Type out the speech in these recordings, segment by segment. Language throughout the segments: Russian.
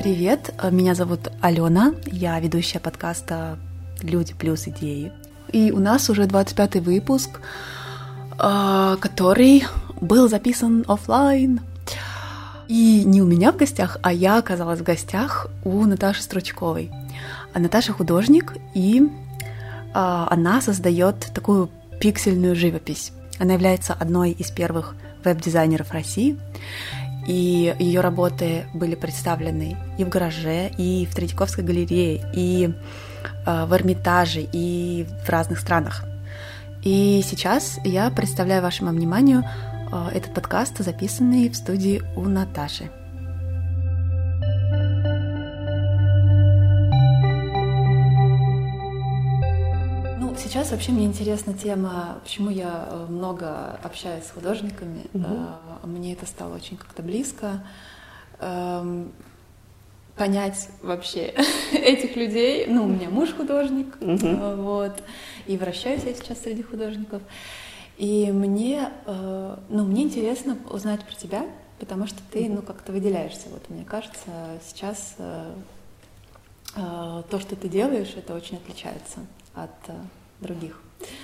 Привет, меня зовут Алена, я ведущая подкаста «Люди плюс идеи». И у нас уже 25-й выпуск, который был записан офлайн. И не у меня в гостях, а я оказалась в гостях у Наташи Стручковой. А Наташа художник, и она создает такую пиксельную живопись. Она является одной из первых веб-дизайнеров России, и ее работы были представлены и в «Гараже», и в Третьяковской галерее, и в Эрмитаже, и в разных странах. И сейчас я представляю вашему вниманию этот подкаст, записанный в студии у Наташи. Сейчас вообще мне интересна тема, почему я много общаюсь с художниками. Мне это стало очень как-то близко. Понять вообще этих людей. У меня муж художник, вот, и вращаюсь я сейчас среди художников. И мне интересно узнать про тебя, потому что ты, как-то выделяешься. Вот мне кажется, сейчас то, что ты делаешь, это очень отличается от других.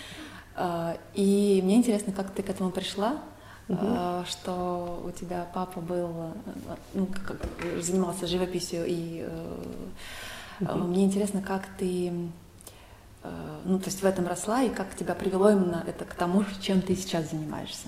И мне интересно, как ты к этому пришла, что у тебя папа был, занимался живописью, и мне интересно, как ты, то есть в этом росла, и как тебя привело именно это к тому, чем ты сейчас занимаешься.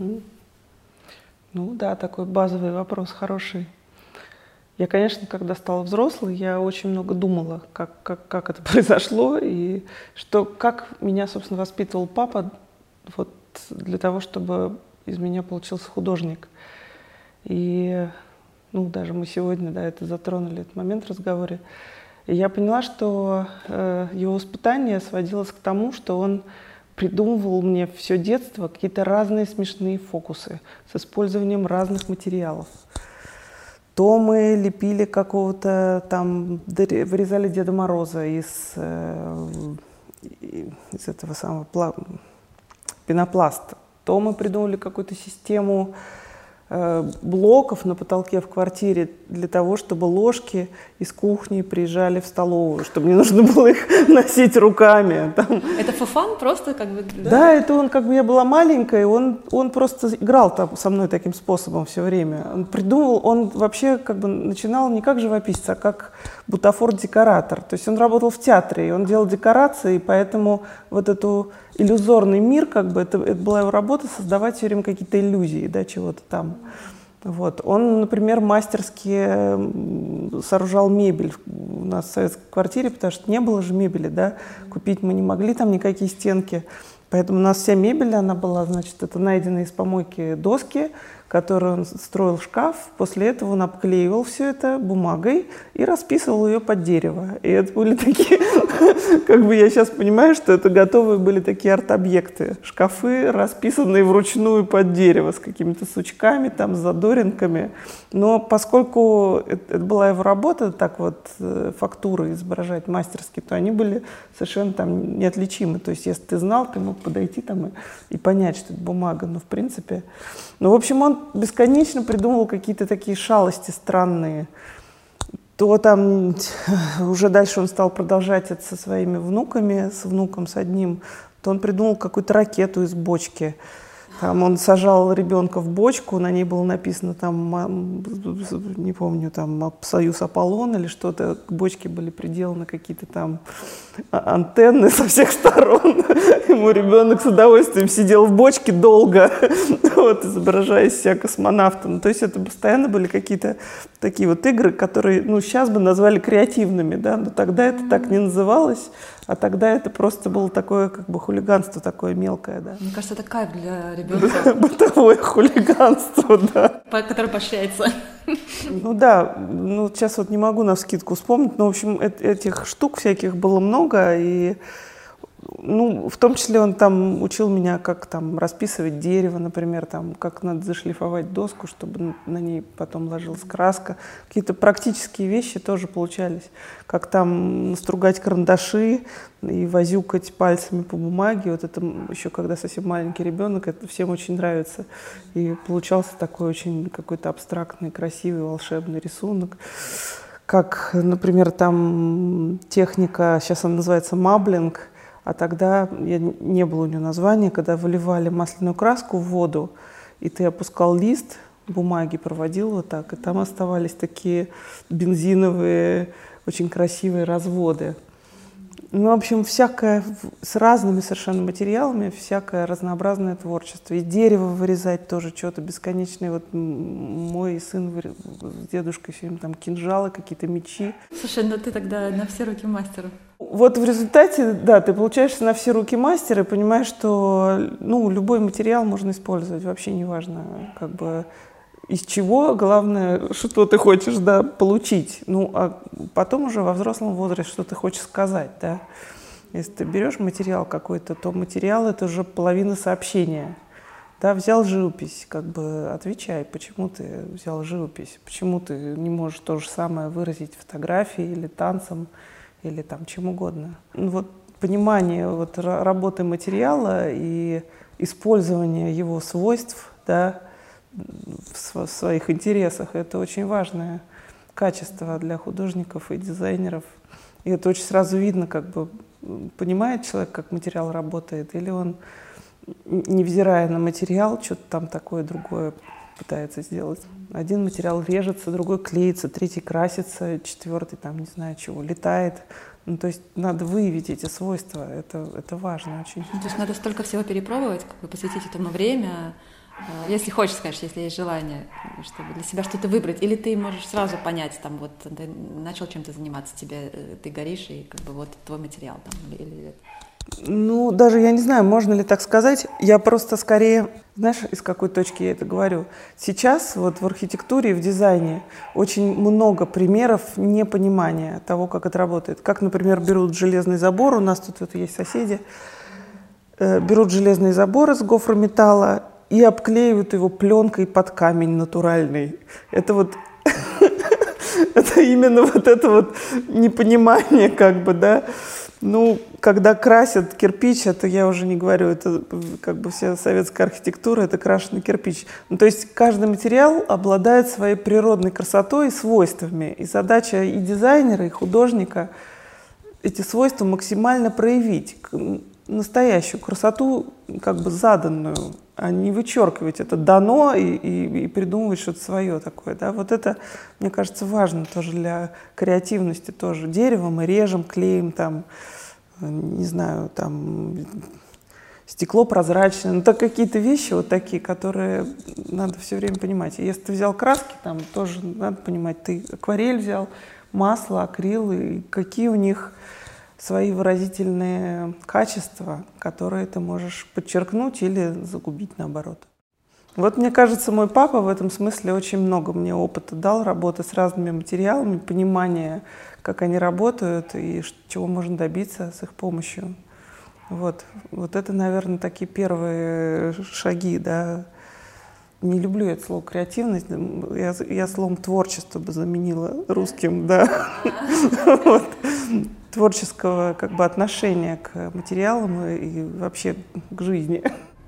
Да, такой базовый вопрос, хороший. Я, конечно, когда стала взрослой, я очень много думала, как это произошло, и как меня, собственно, воспитывал папа вот для того, чтобы из меня получился художник. И, даже мы сегодня, это затронули, этот момент в разговоре. И я поняла, что его воспитание сводилось к тому, что он придумывал мне все детство какие-то разные смешные фокусы с использованием разных материалов. То мы лепили какого-то там, вырезали Деда Мороза из этого самого пенопласта, то мы придумали какую-то систему блоков на потолке в квартире для того, чтобы ложки из кухни приезжали в столовую, чтобы не нужно было их носить руками. Это фуфан просто как бы... Да, это он, я была маленькая, он просто играл там со мной таким способом все время. Он придумал, он вообще начинал не как живописец, а как бутафор-декоратор. То есть он работал в театре, и он делал декорации, и поэтому вот эту иллюзорный мир, это была его работа, создавать все время какие-то иллюзии, чего-то там. Вот. Он, например, мастерски сооружал мебель у нас в советской квартире, потому что не было же мебели, купить мы не могли там никакие стенки. Поэтому у нас вся мебель, она была, это найденные из помойки доски, которые он строил шкаф. После этого он обклеивал все это бумагой и расписывал ее под дерево. И это были такие, я сейчас понимаю, что это готовые были такие арт-объекты. Шкафы, расписанные вручную под дерево с какими-то сучками, с задоринками. Но поскольку это была его работа, фактуры изображать мастерски, то они были совершенно неотличимы. То есть если ты знал, ты мог подойти и понять, что это бумага. Но в принципе... в общем, он бесконечно придумывал какие-то такие шалости странные. То уже дальше он стал продолжать это со своими внуками, с внуком, с одним, то он придумал какую-то ракету из бочки. Он сажал ребенка в бочку, на ней было написано не помню, «Союз Аполлон» или что-то. К бочке были приделаны какие-то антенны со всех сторон. Ему ребенок с удовольствием сидел в бочке долго, изображая из себя космонавта. То есть это постоянно были какие-то такие игры, которые, сейчас бы назвали креативными, но тогда это так не называлось. А тогда это просто было такое, хулиганство такое мелкое, Мне кажется, это кайф для ребенка. Бытовое хулиганство, Которое поощряется. Сейчас не могу навскидку вспомнить, но, в общем, этих штук всяких было много, и в том числе он учил меня, как расписывать дерево, например, как надо зашлифовать доску, чтобы на ней потом ложилась краска. Какие-то практические вещи тоже получались, как настругать карандаши и возюкать пальцами по бумаге. Вот это еще когда совсем маленький ребенок, это всем очень нравится. И получался такой очень какой-то абстрактный, красивый, волшебный рисунок. как, например, там техника, сейчас она называется маблинг, а тогда не было у нее названия, когда выливали масляную краску в воду, и ты опускал лист бумаги, проводил вот так, и там оставались такие бензиновые, очень красивые разводы. Ну, в общем, всякое, с разными совершенно материалами, всякое разнообразное творчество. И дерево вырезать тоже что-то бесконечное. Вот мой сын с дедушкой все время там кинжалы, какие-то мечи. Слушай, ну ты тогда на все руки мастер. Вот в результате, да, ты получаешься на все руки мастер и понимаешь, что, ну, любой материал можно использовать, вообще неважно, как бы, из чего, главное, что ты хочешь, да, получить. Ну, а потом уже во взрослом возрасте, что ты хочешь сказать, да. Если ты берешь материал какой-то, то материал — это уже половина сообщения. Да, взял живопись, как бы отвечай, почему ты взял живопись, почему ты не можешь то же самое выразить фотографией или танцем, или там чем угодно. Ну, вот понимание вот работы материала и использование его свойств, да, в своих интересах — это очень важное качество для художников и дизайнеров. И это очень сразу видно, как бы понимает человек, как материал работает, или он, невзирая на материал, что-то там такое другое пытается сделать. Один материал режется, другой клеится, третий красится, четвертый там не знаю чего, летает. Ну, то есть надо выявить эти свойства, это важно очень. То есть надо столько всего перепробовать, как бы посвятить этому время, если хочешь, конечно, если есть желание, чтобы для себя что-то выбрать, или ты можешь сразу понять, там вот ты начал чем-то заниматься, ты горишь, и как бы вот твой материал там, или... Ну, даже я не знаю, можно ли так сказать. Я просто скорее, знаешь, из какой точки я это говорю. Сейчас вот в архитектуре и в дизайне очень много примеров непонимания того, как это работает. Как, например, берут железный забор, у нас тут есть соседи, берут железный забор из гофрометалла и обклеивают его пленкой под камень натуральный. Это вот... Это именно вот это вот непонимание, как бы, да. Ну, когда красят кирпич, это я уже не говорю, это как бы вся советская архитектура, это крашеный кирпич. Ну, то есть каждый материал обладает своей природной красотой и свойствами. И задача и дизайнера, и художника эти свойства максимально проявить. Настоящую красоту, как бы заданную, а не вычеркивать это дано и придумывать что-то свое такое. Да? Вот это, мне кажется, важно тоже для креативности тоже. Дерево мы режем, клеим, там, не знаю, там, стекло прозрачное. Ну, так какие-то вещи вот такие, которые надо все время понимать. И если ты взял краски, там тоже надо понимать, ты акварель взял, масло, акрил, и какие у них свои выразительные качества, которые ты можешь подчеркнуть или загубить наоборот. Вот мне кажется, мой папа в этом смысле очень много мне опыта дал, работы с разными материалами, понимание, как они работают и чего можно добиться с их помощью. Вот это, наверное, такие первые шаги, да. Не люблю это слово креативность, я словом творчество бы заменила русским, да. Творческого как бы отношения к материалам и вообще к жизни.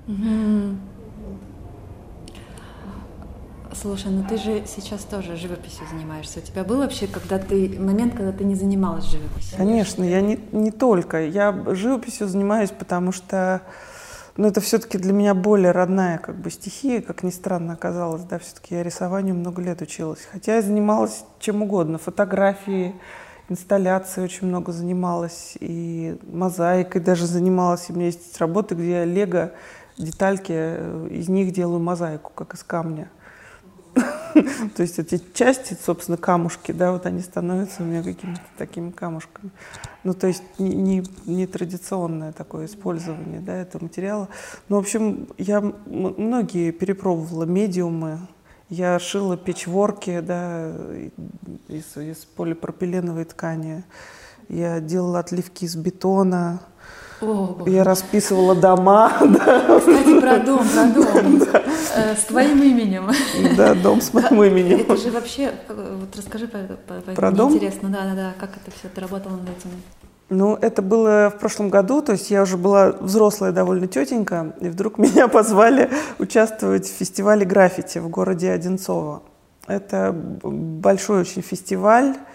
Слушай, ну ты же сейчас тоже живописью занимаешься. У тебя был вообще момент, когда ты не занималась живописью? Конечно, я не только. Я живописью занимаюсь, потому что это все-таки для меня более родная как бы стихия, как ни странно оказалось. Да, все-таки я рисованию много лет училась. Хотя я занималась чем угодно. Фотографией, инсталляцией очень много занималась, и мозаикой даже занималась. У меня есть работы, где я лего, детальки, из них делаю мозаику, как из камня. То есть эти части, собственно, камушки, да, вот они становятся у меня какими-то такими камушками. Ну, то есть не традиционное такое использование, да, этого материала. Ну, в общем, я многие перепробовала медиумы. Я шила печворки, да, из полипропиленовой ткани. Я делала отливки из бетона. Я расписывала дома. Кстати, про дом. С твоим именем. Да, дом с моим именем. Это же вообще, вот расскажи про дом. Интересно, да, как это все, ты работала над этим? Ну, это было в прошлом году, то есть я уже была взрослая довольно тетенька, и вдруг меня позвали участвовать в фестивале граффити в городе Одинцово. Это большой очень фестиваль,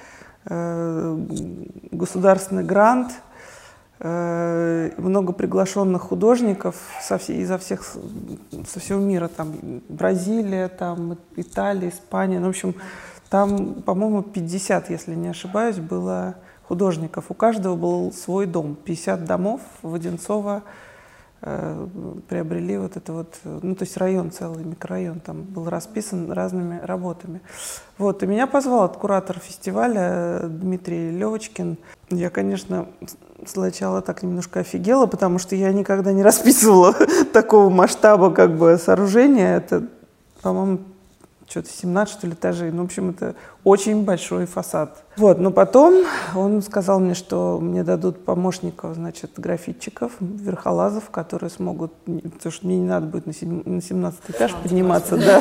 государственный грант, много приглашенных художников со всего мира, там Бразилия, там Италия, Испания, ну, в общем, там, по-моему, 50, если не ошибаюсь, было художников. У каждого был свой дом, 50 домов в Одинцово приобрели вот это вот, ну, то есть район, целый микрорайон там был расписан разными работами. Вот, и меня позвал куратор фестиваля Дмитрий Левочкин. Я, конечно, сначала так немножко офигела, потому что я никогда не расписывала такого масштаба как бы сооружения. Это, по-моему, что-то 17, что ли, этажей. Ну, в общем, это очень большой фасад. Вот, но потом он сказал мне, что мне дадут помощников, значит, графитчиков, верхолазов, которые смогут, потому что мне не надо будет на 17 этаж подниматься, да.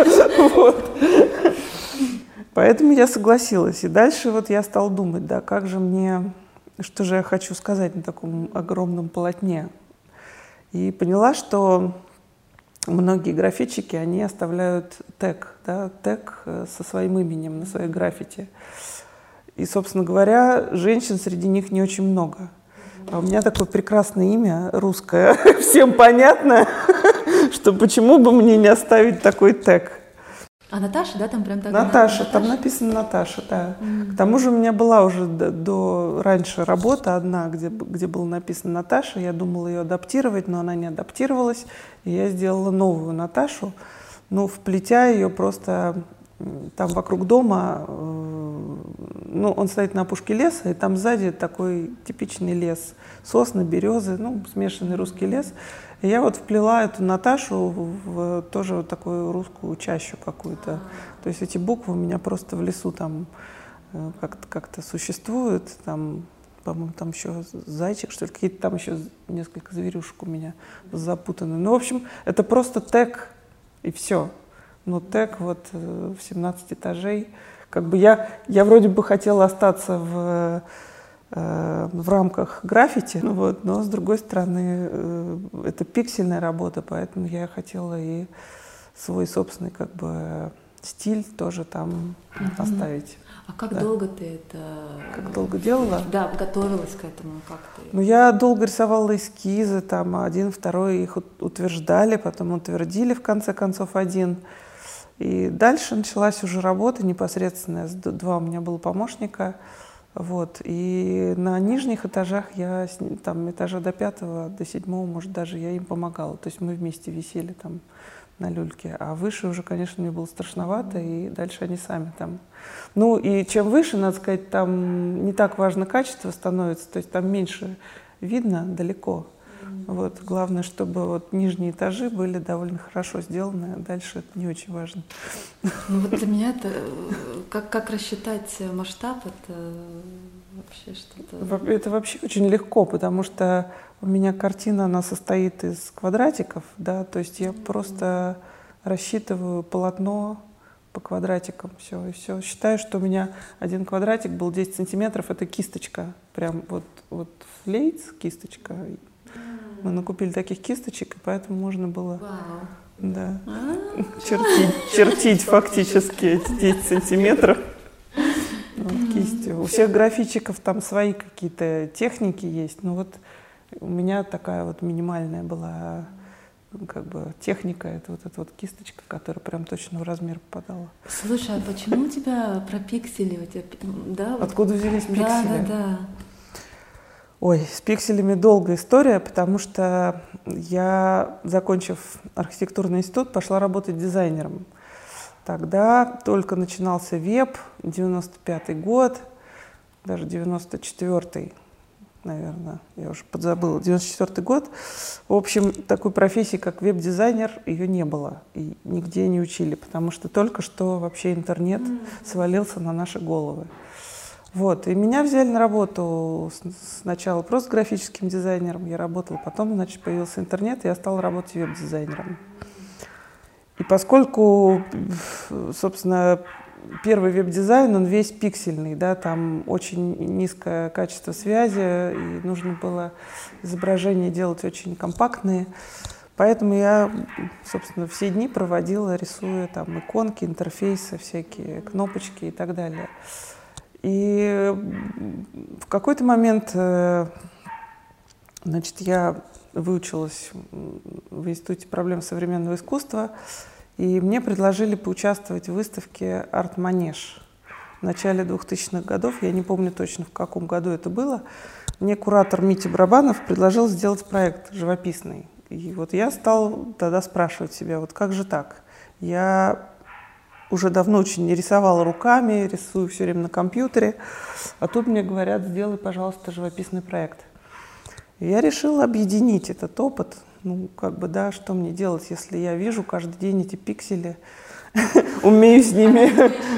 Поэтому я согласилась. И дальше вот я стала думать, да, как же мне, что же я хочу сказать на таком огромном полотне. И поняла, что многие графитчики, они оставляют тег, да, тег со своим именем на своей граффити. И, собственно говоря, женщин среди них не очень много. А у меня такое прекрасное имя, русское, всем понятно, что почему бы мне не оставить такой тег. А Наташа, да, там прям так? Наташа, там написано Наташа, да. К тому же у меня была уже раньше работа одна, где было написано Наташа. Я думала ее адаптировать, но она не адаптировалась. И я сделала новую Наташу, ну, вплетя ее просто там вокруг дома. Ну, он стоит на опушке леса, и там сзади такой типичный лес. Сосны, березы, ну, смешанный русский лес. И я вот вплела эту Наташу в тоже вот такую русскую чащу какую-то. То есть эти буквы у меня просто в лесу там как-то существуют. Там, по-моему, там еще зайчик, что ли, какие-то там еще несколько зверюшек у меня запутаны. Ну, в общем, это просто тег, и все. Но тег вот в 17 этажей. Как бы я вроде бы хотела остаться в рамках граффити, ну вот, но с другой стороны это пиксельная работа, поэтому я хотела и свой собственный как бы стиль тоже там оставить. А как да. долго ты это... Как долго делала? Да, готовилась к этому, как ты... Ну, я долго рисовала эскизы, там один, второй, их утверждали, потом утвердили в конце концов один. И дальше началась уже работа непосредственно, два у меня было помощника. Вот. И на нижних этажах я, там, этажа до 5-го, до 7-го, может, даже я им помогала. То есть мы вместе висели там на люльке. А выше уже, конечно, мне было страшновато, и дальше они сами там. Ну, и чем выше, надо сказать, там не так важно качество становится, то есть там меньше видно далеко. Вот. Главное, чтобы вот нижние этажи были довольно хорошо сделаны, а дальше это не очень важно. Ну вот для меня это, как рассчитать масштаб, это вообще что-то... Это вообще очень легко, потому что у меня картина, она состоит из квадратиков, да, то есть я просто рассчитываю полотно по квадратикам, все, и все. Считаю, что у меня один квадратик был 10 сантиметров, это кисточка, прям вот флейц, кисточка. Мы накупили таких кисточек, и поэтому можно было да, чертить фактически эти 10 сантиметров вот, кистью. У всех графитчиков там свои какие-то техники есть, но вот у меня такая вот минимальная была как бы техника, это вот эта вот кисточка, которая прям точно в размер попадала. Слушай, а почему у тебя про пиксели? У тебя, да, откуда взялись пиксели? Да. Ой, с пикселями долгая история, потому что я, закончив архитектурный институт, пошла работать дизайнером. Тогда только начинался веб, 95-й год, даже 94-й, наверное, я уже подзабыла, 94-й год. В общем, такой профессии, как веб-дизайнер, ее не было, и нигде не учили, потому что только что вообще интернет свалился на наши головы. Вот, и меня взяли на работу сначала просто графическим дизайнером, я работала, потом, значит, появился интернет, и я стала работать веб-дизайнером. И поскольку, собственно, первый веб-дизайн, он весь пиксельный, да, там очень низкое качество связи, и нужно было изображения делать очень компактные, поэтому я, собственно, все дни проводила, рисуя там иконки, интерфейсы всякие, кнопочки и так далее. И в какой-то момент, значит, я выучилась в Институте проблем современного искусства, и мне предложили поучаствовать в выставке «Арт-Манеж». В начале 2000-х годов, я не помню точно, в каком году это было, мне куратор Митя Барабанов предложил сделать проект живописный. И вот я стала тогда спрашивать себя, вот как же так? Я уже давно очень не рисовала руками, рисую все время на компьютере, а тут мне говорят, сделай, пожалуйста, живописный проект. И я решила объединить этот опыт. Ну, как бы, да, что мне делать, если я вижу каждый день эти пиксели, умею с ними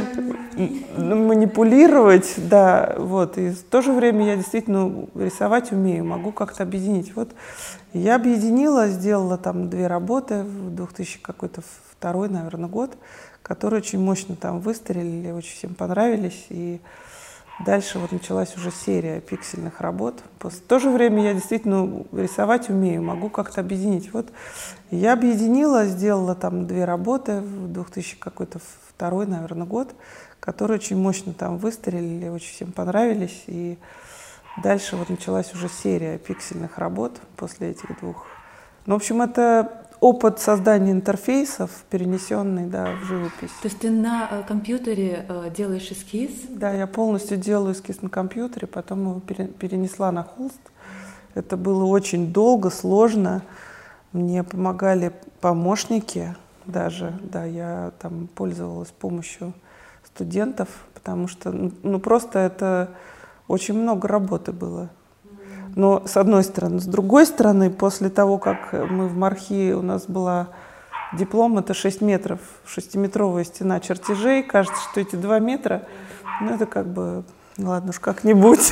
манипулировать, да, вот, и в то же время я действительно рисовать умею, могу как-то объединить. Вот я объединила, сделала там 2 работы в 2002, наверное, год, которые очень мощно там выстрелили, очень всем понравились, и дальше вот началась уже серия пиксельных работ. В то же время я действительно рисовать умею, могу как-то объединить. Вот я объединила, сделала там 2 работы в 2002, наверное, год, которые очень мощно там выстрелили, очень всем понравились. И дальше вот началась уже серия пиксельных работ после этих 2. Ну, в общем, это опыт создания интерфейсов, перенесенный, да, в живопись. То есть ты на компьютере делаешь эскиз? Да, я полностью делаю эскиз на компьютере, потом его перенесла на холст. Это было очень долго, сложно. Мне помогали помощники даже, да, я там пользовалась помощью студентов, потому что, ну, просто это очень много работы было. Но с одной стороны. С другой стороны, после того, как мы в Мархи, у нас была диплом, это 6 метров, 6-метровая стена чертежей, кажется, что эти 2 метра, ну, это как бы, ну, ладно уж, как-нибудь.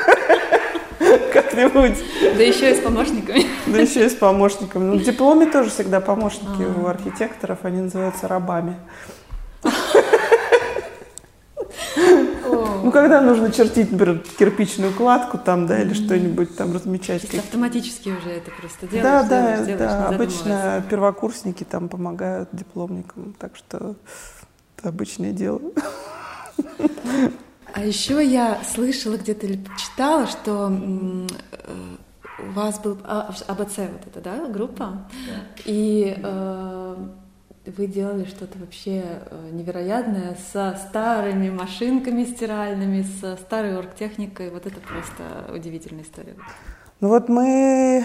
Как-нибудь. Да еще и с помощниками. Да еще и с помощниками. Ну, в дипломе тоже всегда помощники у архитекторов, они называются рабами. Ну, когда нужно чертить, например, кирпичную кладку там, да, или что-нибудь там размечать. То есть автоматически уже это просто делаешь, да. Обычно первокурсники там помогают дипломникам, так что это обычное дело. А еще я слышала где-то или читала, что у вас был АБЦ, вот эта, да, группа, и вы делали что-то вообще невероятное со старыми машинками стиральными, со старой оргтехникой. Вот это просто удивительная история. Ну вот мы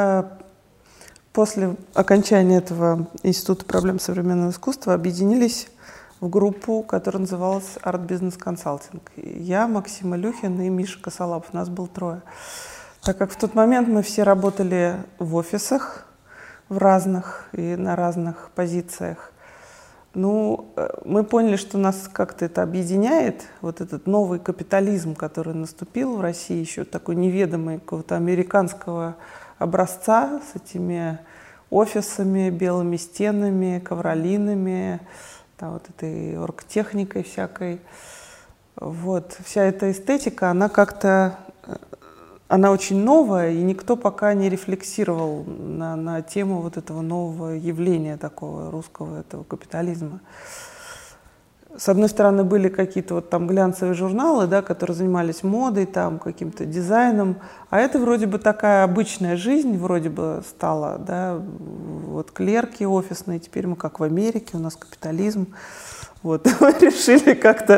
после окончания этого Института проблем современного искусства объединились в группу, которая называлась «Арт Бизнес Консалтинг». Я, Максим Илюхин и Миша Косолапов. Нас было 3. Так как в тот момент мы все работали в офисах, в разных и на разных позициях. Ну, мы поняли, что нас как-то это объединяет, вот этот новый капитализм, который наступил в России, еще такой неведомый, какого-то американского образца с этими офисами, белыми стенами, ковролинами, да, вот этой оргтехникой всякой. Вот. Вся эта эстетика, она как-то она очень новая, и никто пока не рефлексировал на тему вот этого нового явления такого русского этого капитализма. С одной стороны, были какие-то вот там глянцевые журналы, да, которые занимались модой, там, каким-то дизайном, а это вроде бы такая обычная жизнь, вроде бы стала, да, вот клерки офисные, теперь мы как в Америке, у нас капитализм. Вот, мы решили как-то,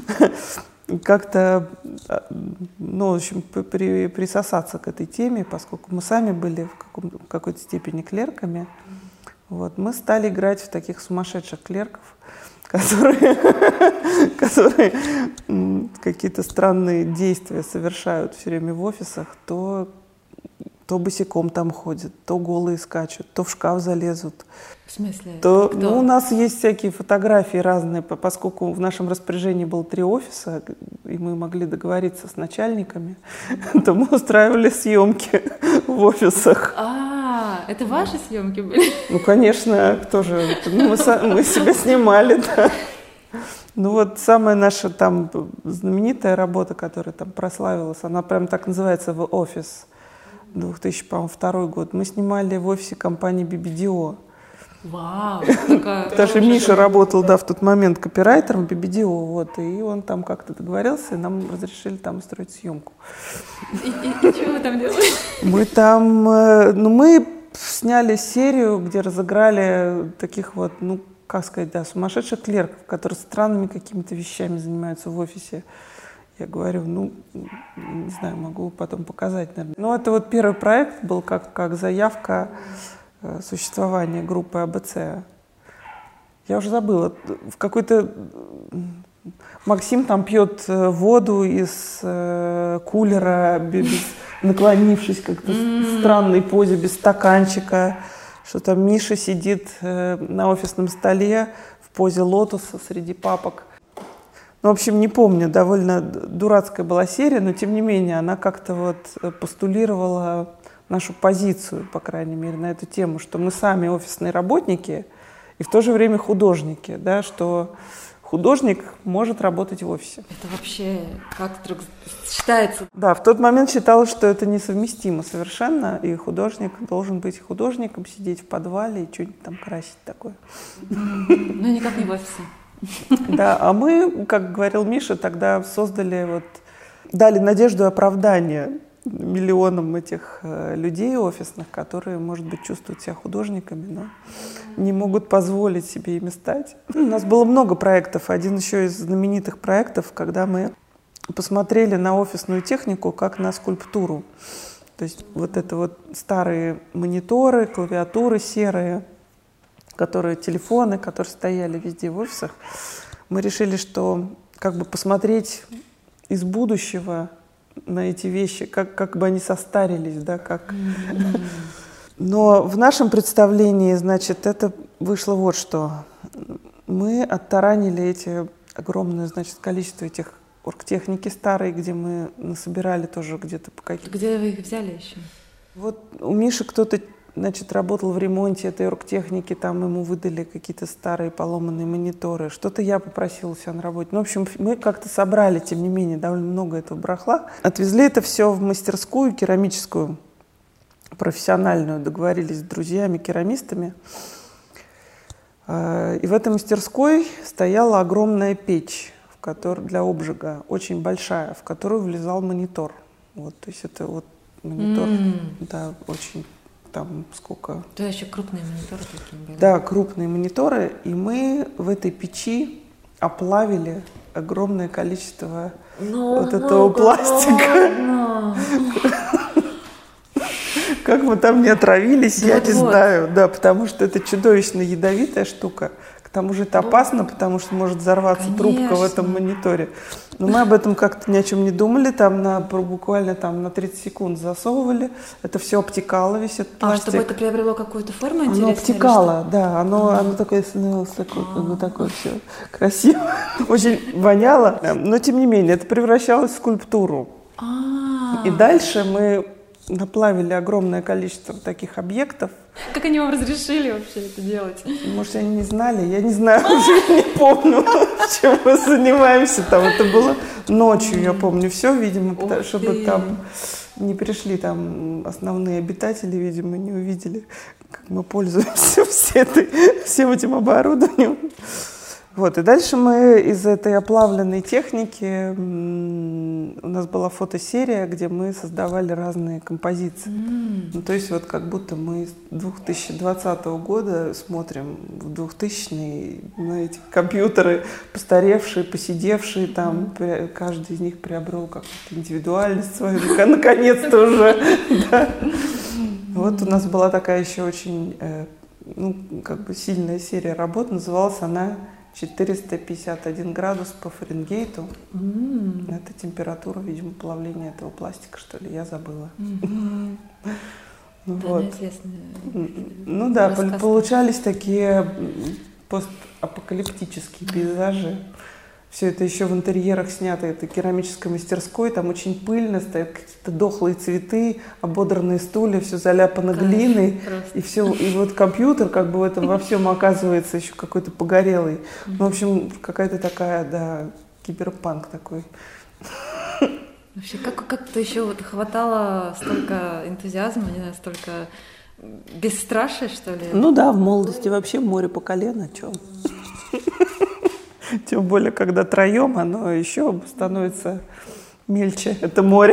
ну, в общем, присосаться к этой теме, поскольку мы сами были в какой-то степени клерками. Вот, мы стали играть в таких сумасшедших клерков, которые какие-то странные действия совершают все время в офисах, то босиком там ходят, то голые скачут, то в шкаф залезут. В смысле? То, ну, у нас есть всякие фотографии разные, поскольку в нашем распоряжении было 3 офиса, и мы могли договориться с начальниками, то мы устраивали съемки в офисах. Это ваши съемки были? Ну, конечно, кто же? Мы себя снимали, да. Ну вот самая наша там знаменитая работа, которая там прославилась, она прям так называется «The Office», 2002 год. Мы снимали в офисе компании BBDO. Вау, Потому что Миша работал, да, в тот момент копирайтером BBDO, вот, и он там как-то договорился, и нам разрешили там устроить съемку. И что вы там делали? Мы там, мы сняли серию, где разыграли таких вот, как сказать, да, сумасшедших клерков, которые странными какими-то вещами занимаются в офисе. Я говорю, не знаю, могу потом показать, наверное. Но это вот первый проект был как заявка существования группы АБЦ. Я уже забыла. В какой-то... Максим там пьет воду из кулера, наклонившись как-то в странной позе, без стаканчика. Что там Миша сидит на офисном столе в позе лотоса среди папок. В общем, не помню, довольно дурацкая была серия, но тем не менее она как-то вот постулировала нашу позицию, по крайней мере, на эту тему, что мы сами офисные работники и в то же время художники, да, что художник может работать в офисе. Это вообще как вдруг считается? Да, в тот момент считалось, что это несовместимо совершенно, и художник должен быть художником, сидеть в подвале и что-нибудь там красить такое. Ну, никак не в офисе. Да, а мы, как говорил Миша, тогда дали надежду и оправдание миллионам этих людей офисных, которые, может быть, чувствуют себя художниками, но не могут позволить себе ими стать. У нас было много проектов. Один еще из знаменитых проектов, когда мы посмотрели на офисную технику как на скульптуру. То есть вот это вот старые мониторы, клавиатуры серые, телефоны, которые стояли везде в офисах, мы решили, что как бы посмотреть из будущего на эти вещи, как бы они состарились, да, как... Но в нашем представлении, значит, это вышло вот что. Мы оттаранили эти огромное, значит, количество этих оргтехники старой, где мы насобирали тоже где-то по каким-то... Где вы их взяли еще? Вот у Миши кто-то, значит, работал в ремонте этой оргтехники, там ему выдали какие-то старые поломанные мониторы. Что-то я попросила себя на работе. Ну, в общем, мы как-то собрали, тем не менее, довольно много этого барахла. Отвезли это все в мастерскую керамическую, профессиональную, договорились с друзьями, керамистами. И в этой мастерской стояла огромная печь для обжига, очень большая, в которую влезал монитор. Вот, то есть это вот монитор, да, очень... Там сколько... Да, еще крупные мониторы такие были. Да, крупные мониторы. И мы в этой печи оплавили огромное количество этого пластика. Как мы там не отравились, я не знаю. Да, потому что это чудовищно ядовитая штука. К тому же это опасно, потому что может взорваться трубка в этом мониторе. Но мы об этом как-то ни о чем не думали. Там буквально на 30 секунд засовывали. Это все обтекало, весь этот пластик. А чтобы это приобрело какую-то форму интересную? Оно обтекало, да. Оно такое становилось такое все красиво. Очень воняло. Но тем не менее, это превращалось в скульптуру. И дальше мы наплавили огромное количество таких объектов. Как они вам разрешили вообще это делать? Может, они не знали, я не знаю, уже не помню, чем мы занимаемся. Там это было ночью, я помню, все, видимо, чтобы там не пришли там основные обитатели, видимо, не увидели, как мы пользуемся всем этим оборудованием. Вот, и дальше мы из этой оплавленной техники, у нас была фотосерия, где мы создавали разные композиции. Ну, то есть вот как будто мы с 2020 года смотрим в 2000-е на эти компьютеры, постаревшие, посидевшие, там каждый из них приобрел какую-то индивидуальность свою, наконец-то уже. Вот у нас была такая еще очень сильная серия работ, называлась она 451 градус по Фаренгейту. Это температура, видимо, плавления этого пластика, что ли, я забыла. Ну да, получались такие постапокалиптические пейзажи. Все это еще в интерьерах снято, это керамической мастерской, там очень пыльно, стоят какие-то дохлые цветы, ободранные стулья, все заляпано глиной, и все, и вот компьютер как бы в этом во всем оказывается еще какой-то погорелый. Ну, в общем, какая-то такая, да, киберпанк такой. Вообще, как-то еще хватало столько энтузиазма, не знаю, столько бесстрашие, что ли? Ну да, в молодости вообще море по колено, чё. Тем более, когда троем, оно еще становится мельче, это море.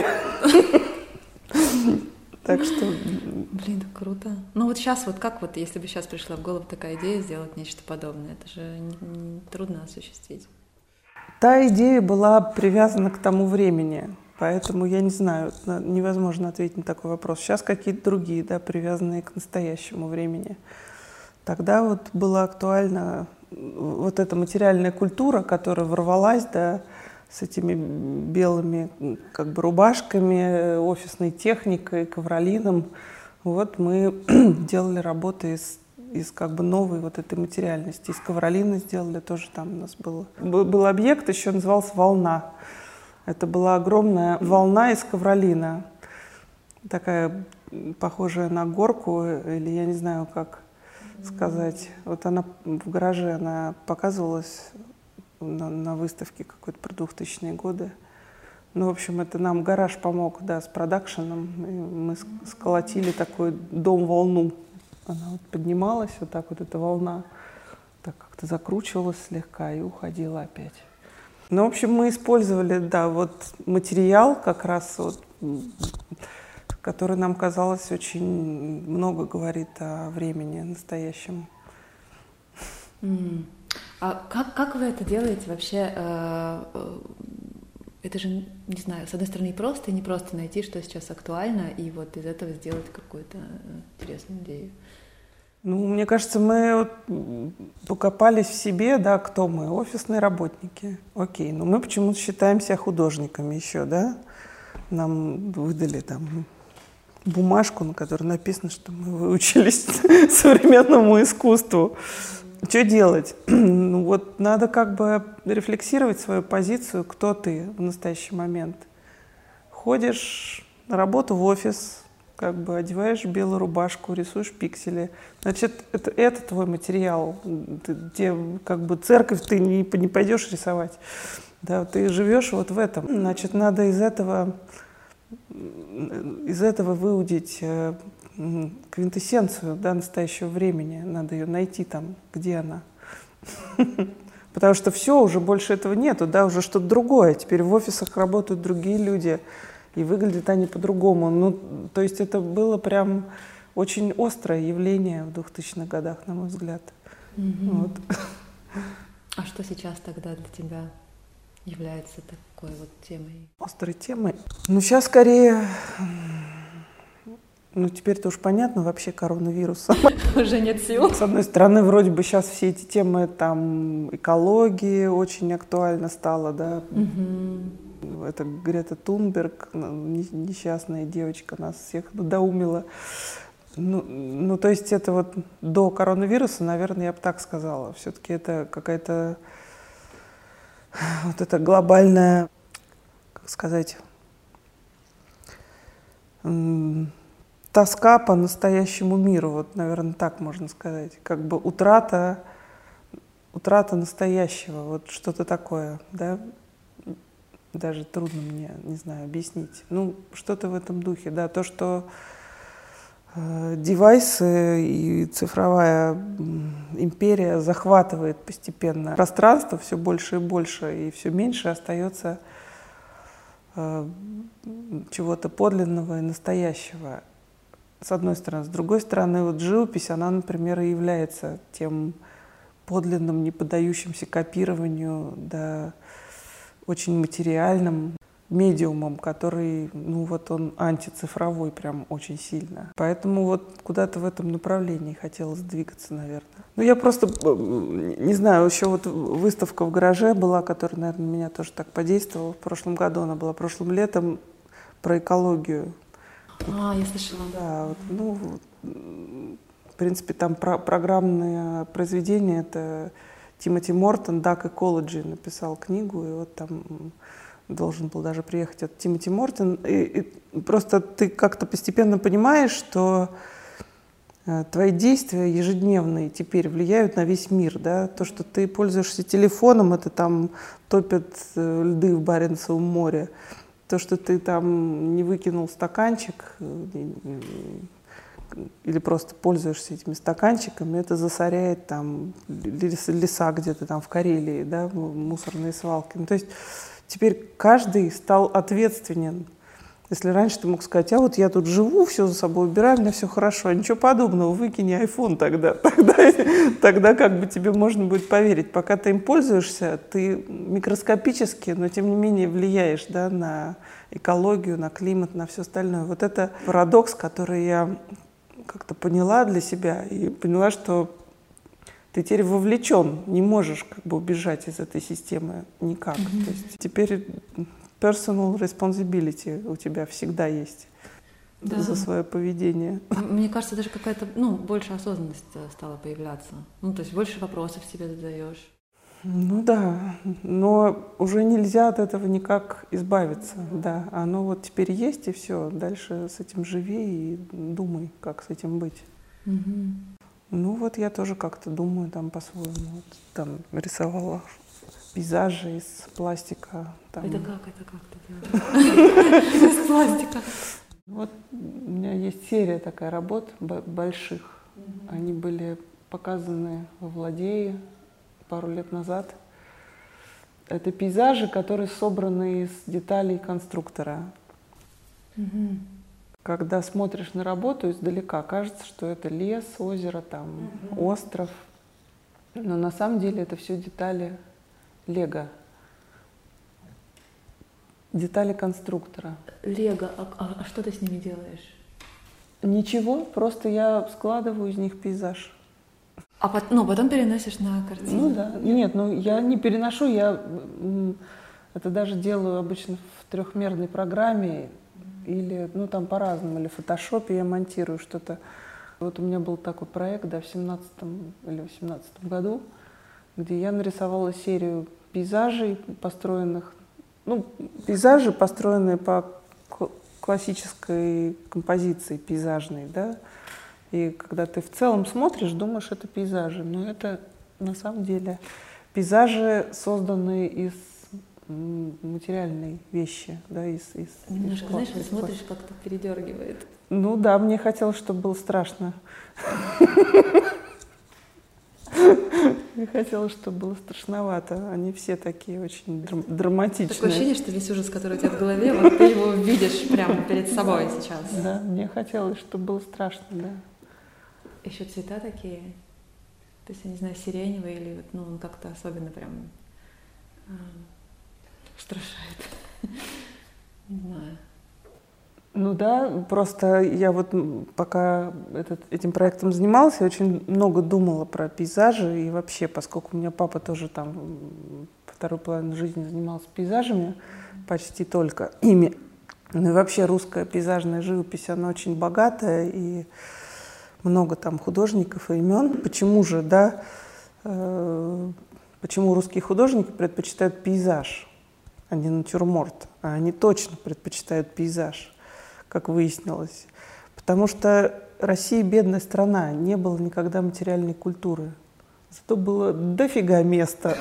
Так что... Блин, круто. Ну вот сейчас, вот как вот, если бы сейчас пришла в голову такая идея сделать нечто подобное, это же трудно осуществить. Та идея была привязана к тому времени, поэтому я не знаю, невозможно ответить на такой вопрос. Сейчас какие-то другие, да, привязанные к настоящему времени. Тогда вот была актуальна вот эта материальная культура, которая ворвалась, да, с этими белыми как бы рубашками, офисной техникой, ковролином. Вот мы делали работы из как бы новой вот этой материальности. Из ковролина сделали тоже, там у нас был объект, еще назывался «Волна». Это была огромная волна из ковролина, такая похожая на горку, или я не знаю, как сказать. Вот она в гараже, она показывалась на выставке какой-то про 2000-е годы. Ну, в общем, это нам гараж помог, да, с продакшеном. И мы сколотили такой дом-волну. Она вот поднималась, вот так вот эта волна, так как-то закручивалась слегка и уходила опять. Ну, в общем, мы использовали, да, вот материал как раз вот, который нам казалось очень много говорит о времени настоящем. А как вы это делаете вообще? Это же, не знаю, с одной стороны, просто и не просто найти, что сейчас актуально, и вот из этого сделать какую-то интересную идею. Ну, мне кажется, мы вот покопались в себе, да, кто мы, офисные работники. Окей, но мы почему-то считаем себя художниками еще, да? Нам выдали там бумажку, на которой написано, что мы выучились современному искусству. Что делать? Ну вот надо как бы рефлексировать свою позицию, кто ты в настоящий момент. Ходишь на работу в офис, как бы одеваешь белую рубашку, рисуешь пиксели. Значит, это твой материал. Где как бы церковь ты не пойдешь рисовать. Да, ты живешь вот в этом. Значит, надо из этого выудить квинтэссенцию, да, настоящего времени. Надо ее найти там, где она. Потому что все, уже больше этого нету, да, уже что-то другое. Теперь в офисах работают другие люди, и выглядят они по-другому. Ну, то есть это было прям очень острое явление в 2000-х годах, на мой взгляд. Вот. А что сейчас тогда для тебя является такой вот темой? Острой темой? Ну, сейчас скорее... Ну, теперь-то уж понятно вообще коронавирус. Уже нет сил. С одной стороны, вроде бы сейчас все эти темы, там, экологии очень актуально стало, да. Это Грета Тунберг, несчастная девочка, нас всех надоумила. Ну, то есть это вот до коронавируса, наверное, я бы так сказала. Все-таки это какая-то вот эта глобальная, как сказать, тоска по настоящему миру, вот, наверное, так можно сказать. Как бы утрата настоящего, вот что-то такое, да. Даже трудно мне, не знаю, объяснить. Ну, что-то в этом духе, да. То, что девайсы и цифровая империя захватывает постепенно пространство все больше и больше, и все меньше остается чего-то подлинного и настоящего. С одной стороны. С другой стороны, вот живопись, она, например, и является тем подлинным, не поддающимся копированию, да, очень материальным медиумом, который, ну вот он антицифровой прям очень сильно. Поэтому вот куда-то в этом направлении хотелось двигаться, наверное. Ну я просто, не знаю, еще вот выставка в гараже была, которая, наверное, на меня тоже так подействовала. В прошлом году она была, прошлым летом, про экологию. Я слышала. Да, вот, ну, в принципе, там программное произведение, это Тимоти Мортон «Duck Ecology» написал книгу, и вот там должен был даже приехать от Тимоти Мортон. И просто ты как-то постепенно понимаешь, что твои действия ежедневные теперь влияют на весь мир, да? То, что ты пользуешься телефоном, это там топят льды в Баренцевом море. То, что ты там не выкинул стаканчик, или просто пользуешься этими стаканчиками, это засоряет там леса где-то там в Карелии, да, мусорные свалки. Ну, то есть теперь каждый стал ответственен. Если раньше ты мог сказать, а вот я тут живу, все за собой убираю, у меня все хорошо, ничего подобного, выкини iPhone тогда как бы тебе можно будет поверить. Пока ты им пользуешься, ты микроскопически, но тем не менее влияешь, да, на экологию, на климат, на все остальное. Вот это парадокс, который я как-то поняла для себя и поняла, что ты теперь вовлечен, не можешь как бы убежать из этой системы никак. То есть теперь personal responsibility у тебя всегда есть за свое поведение. Мне кажется, даже какая-то, больше осознанность стала появляться. То есть больше вопросов себе задаешь. Ну да, но уже нельзя от этого никак избавиться, да. Оно вот теперь есть, и все. Дальше с этим живи и думай, как с этим быть. Ну вот я тоже как-то думаю там по-своему. Вот, там рисовала пейзажи из пластика. Там. Это как ты делаешь? Из пластика. Вот у меня есть серия такая работ больших. Они были показаны во Владее пару лет назад. Это пейзажи, которые собраны из деталей конструктора. Когда смотришь на работу издалека, кажется, что это лес, озеро, там, остров. Но на самом деле это все детали Лего. Детали конструктора. Лего, а что ты с ними делаешь? Ничего, просто я складываю из них пейзаж. А потом переносишь на картину? Ну да. Нет, я не переношу, я это даже делаю обычно в трехмерной программе или, там по-разному, или в фотошопе я монтирую что-то. Вот у меня был такой проект, да, в 17-м или 18-м году, где я нарисовала серию пейзажей, построенных, пейзажи, построенные по классической композиции пейзажной, да. И когда ты в целом смотришь, думаешь, это пейзажи. Но это на самом деле пейзажи, созданные из материальной вещи. Да, Немножко, знаешь, ты смотришь, как-то передергивает. Ну да, мне хотелось, чтобы было страшно. Мне хотелось, чтобы было страшновато. Они все такие очень драматичные. Такое ощущение, что весь ужас, который у тебя в голове, вот ты его видишь прямо перед собой сейчас. Да, мне хотелось, чтобы было страшно, да. Еще цвета такие, то есть, я не знаю, сиреневый или он как-то особенно прям устрашает. Не знаю. Ну да, просто я вот пока этим проектом занималась, я очень много думала про пейзажи и вообще, поскольку у меня папа тоже там вторую половину жизни занимался пейзажами, почти только ими. Ну и вообще русская пейзажная живопись, она очень богатая и много там художников и имен. Почему же, да, почему русские художники предпочитают пейзаж, а не натюрморт? А они точно предпочитают пейзаж, как выяснилось. Потому что Россия бедная страна, не было никогда материальной культуры. Зато было дофига места,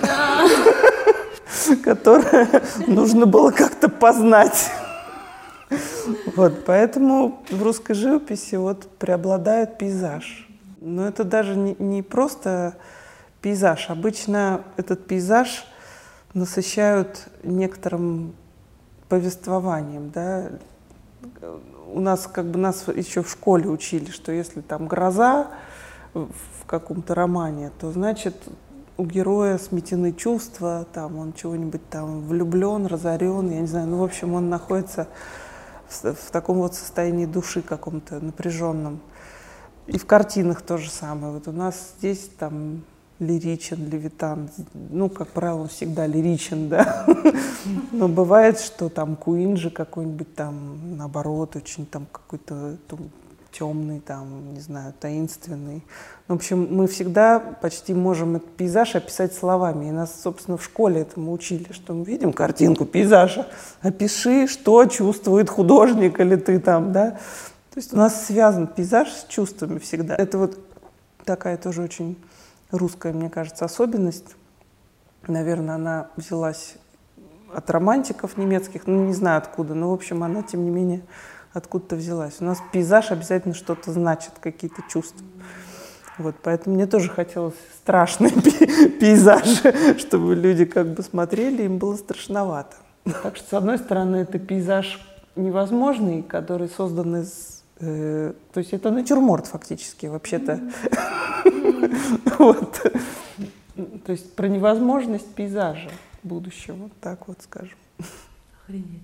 которое нужно было как-то познать. Вот, поэтому в русской живописи вот преобладает пейзаж. Но это даже не просто пейзаж. Обычно этот пейзаж насыщают некоторым повествованием, да. Нас еще в школе учили, что если там гроза в каком-то романе, то значит у героя сметены чувства, там он чего-нибудь там влюблен, разорен, я не знаю, в общем, он находится в таком вот состоянии души каком-то напряженном. И в картинах то же самое. Вот у нас здесь там лиричен Левитан, как правило, он всегда лиричен, да. Но бывает, что там Куинджи какой-нибудь там, наоборот, очень там какой-то темный, там, не знаю, таинственный. В общем, мы всегда почти можем этот пейзаж описать словами. И нас, собственно, в школе этому учили, что мы видим картинку пейзажа, опиши, что чувствует художник или ты там, да. То есть у нас связан пейзаж с чувствами всегда. Это вот такая тоже очень русская, мне кажется, особенность. Наверное, она взялась от романтиков немецких, не знаю откуда, но, в общем, она, тем не менее, откуда-то взялась. У нас пейзаж обязательно что-то значит, какие-то чувства. Вот, поэтому мне тоже хотелось страшные пейзажи, чтобы люди как бы смотрели, им было страшновато. Так что, с одной стороны, это пейзаж невозможный, который создан из... то есть это натюрморт фактически, вообще-то. Вот. То есть про невозможность пейзажа будущего, так вот скажем. Охренеть.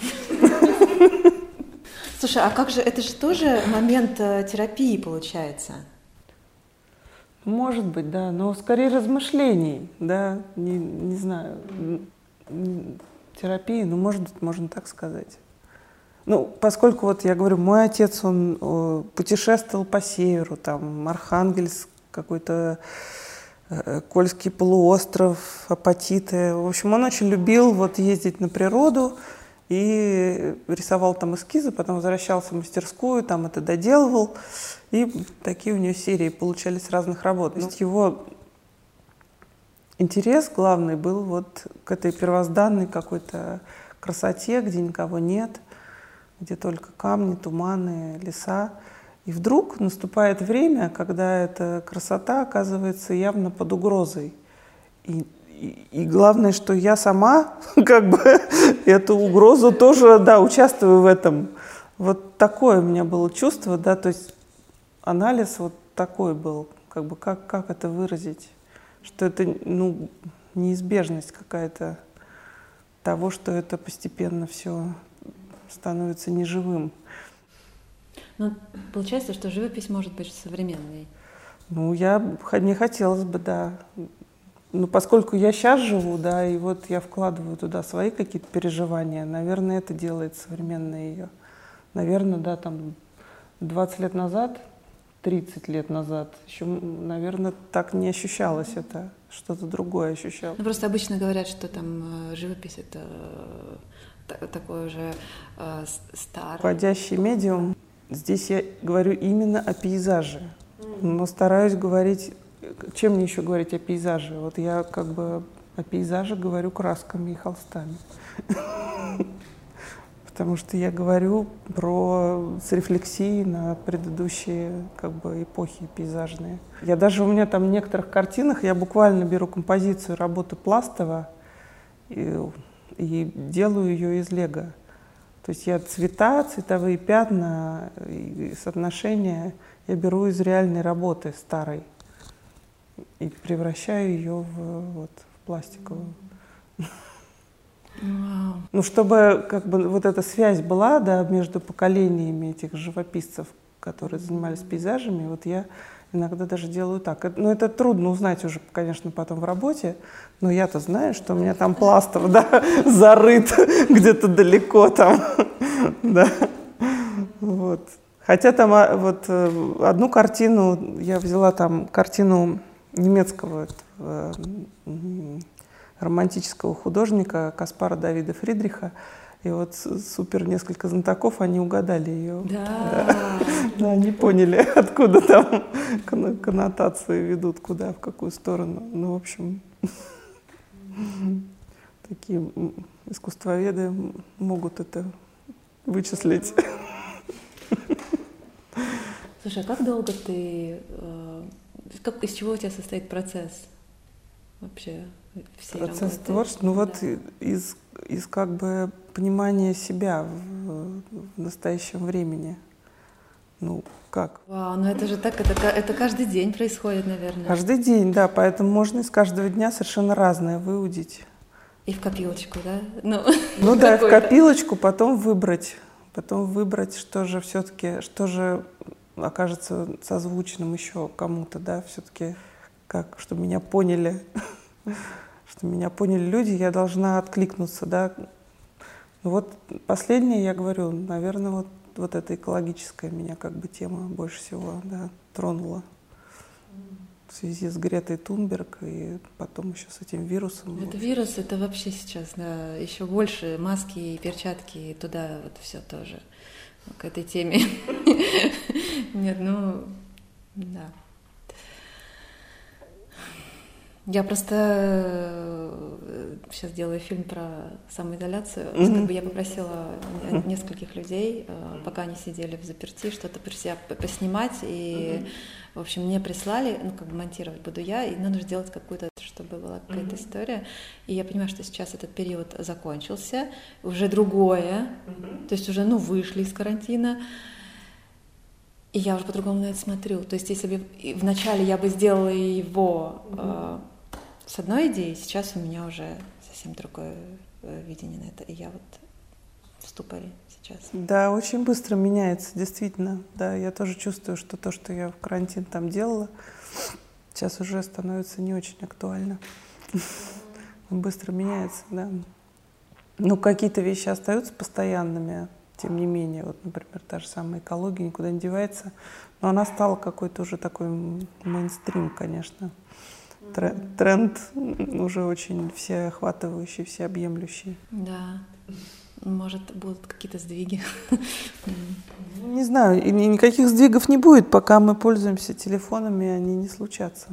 Слушай, а как же, это же тоже момент терапии получается? Может быть, да, но скорее размышлений, да, не знаю, терапии, ну, может быть, можно так сказать. Ну, поскольку, вот я говорю, мой отец, он путешествовал по северу, там, Архангельск, какой-то Кольский полуостров, Апатиты. В общем, он очень любил вот ездить на природу и рисовал там эскизы, потом возвращался в мастерскую, там это доделывал. И такие у него серии получались разных работ. То есть его интерес главный был вот к этой первозданной какой-то красоте, где никого нет, где только камни, туманы, леса. И вдруг наступает время, когда эта красота оказывается явно под угрозой. И главное, что я сама как бы эту угрозу тоже, да, участвую в этом. Вот такое у меня было чувство, да, то есть анализ вот такой был, как бы как это выразить, что это, ну, неизбежность какая-то того, что это постепенно все становится неживым. Ну, получается, что живопись может быть современной. Ну, мне хотелось бы, да. Ну, поскольку я сейчас живу, да, и вот я вкладываю туда свои какие-то переживания, наверное, это делает современной ее. Наверное, да, там 20 лет назад, 30 лет назад еще, наверное, так не ощущалось это, что-то другое ощущалось. Ну, просто обычно говорят, что там живопись — это такой уже старый... Входящий медиум. Здесь я говорю именно о пейзаже, но стараюсь говорить... Чем мне еще говорить о пейзаже? Вот я как бы о пейзаже говорю красками и холстами. Потому что я говорю с рефлексией на предыдущие как бы эпохи пейзажные. У меня там в некоторых картинах я буквально беру композицию работы Пластова и делаю ее из лего. То есть я цветовые пятна и соотношения я беру из реальной работы старой и превращаю ее в пластиковую. Wow. Ну, чтобы как бы вот эта связь была, да, между поколениями этих живописцев, которые занимались пейзажами, вот я иногда даже делаю так. Ну, это трудно узнать уже, конечно, потом в работе, но я-то знаю, что у меня там Пластов, да, зарыт где-то далеко там, да, вот. Хотя там вот одну картину, я взяла там картину немецкого романтического художника Каспара Давида Фридриха. И вот супер несколько знатоков, они угадали ее. Да. Да, они поняли, откуда там коннотации ведут, куда, в какую сторону. Ну, в общем, такие искусствоведы могут это вычислить. Слушай, а как долго из чего у тебя состоит процесс вообще всей процесс работы? творчества? Ну вот из как бы понимания себя в настоящем времени. Ну как? Вау, ну это же так, это каждый день происходит, наверное. Каждый день, да, поэтому можно из каждого дня совершенно разное выудить. И в копилочку, да? Ну да, в копилочку, потом выбрать, что же все-таки, что же окажется созвучным еще кому-то, да, все-таки, как, чтобы меня поняли, люди, я должна откликнуться, да. Ну вот последнее, я говорю, наверное, вот эта экологическая меня как бы тема больше всего, да, тронула. В связи с Гретой Тунберг и потом еще с этим вирусом. Это вирус, это вообще сейчас, да, еще больше маски и перчатки, и туда вот все тоже, к этой теме. Нет, ну, да. Я просто сейчас делаю фильм про самоизоляцию. Как бы я попросила нескольких людей, пока они сидели в заперти, что-то про себя поснимать. И, в общем, мне прислали, ну, как бы монтировать буду я, и надо сделать какую-то, чтобы была какая-то история. И я понимаю, что сейчас этот период закончился, уже другое, то есть уже, ну, вышли из карантина. И я уже по-другому на это смотрю. То есть если бы вначале я бы сделала его с одной идеей, сейчас у меня уже совсем другое видение на это. И я вот в ступоре сейчас. Да, очень быстро меняется, действительно. Да, я тоже чувствую, что то, что я в карантин там делала, сейчас уже становится не очень актуально. Быстро меняется, да. Ну, какие-то вещи остаются постоянными, тем не менее. Вот, например, та же самая экология никуда не девается. Но она стала какой-то уже такой мейнстрим, конечно. Тренд уже очень всеохватывающий, всеобъемлющий. Да. Может, будут какие-то сдвиги. Не знаю, и никаких сдвигов не будет, пока мы пользуемся телефонами, они не случатся.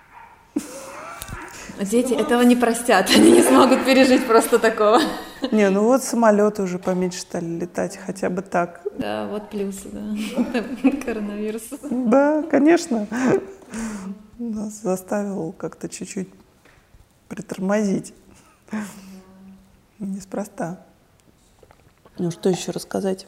Дети этого не простят, они не смогут пережить просто такого. Не, ну вот самолеты уже поменьше стали летать, хотя бы так. Да, вот плюсы, да, коронавирус. Да, конечно. Нас заставил как-то чуть-чуть притормозить. Неспроста. Ну, что еще рассказать?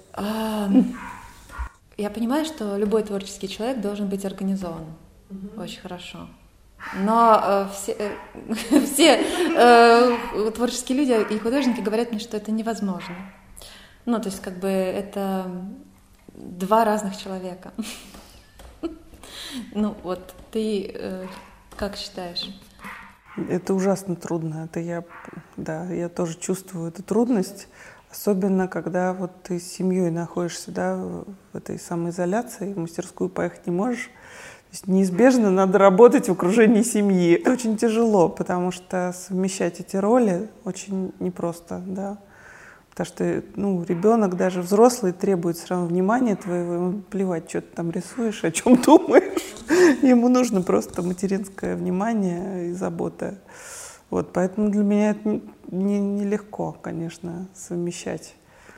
Я понимаю, что любой творческий человек должен быть организован. Очень хорошо. Но все творческие люди и художники говорят мне, что это невозможно. Ну, то есть, как бы, это два разных человека. Ну, вот, ты как считаешь? Это ужасно трудно. Это я тоже чувствую эту трудность. Особенно, когда вот ты с семьей находишься, да, в этой самоизоляции, в мастерскую поехать не можешь. То есть неизбежно надо работать в окружении семьи. Это очень тяжело, потому что совмещать эти роли очень непросто, да. Потому что, ну, ребенок, даже взрослый, требует все равно внимания твоего, ему плевать, что ты там рисуешь, о чем думаешь. Ему нужно просто материнское внимание и забота. Вот, поэтому для меня это нелегко, конечно, совмещать.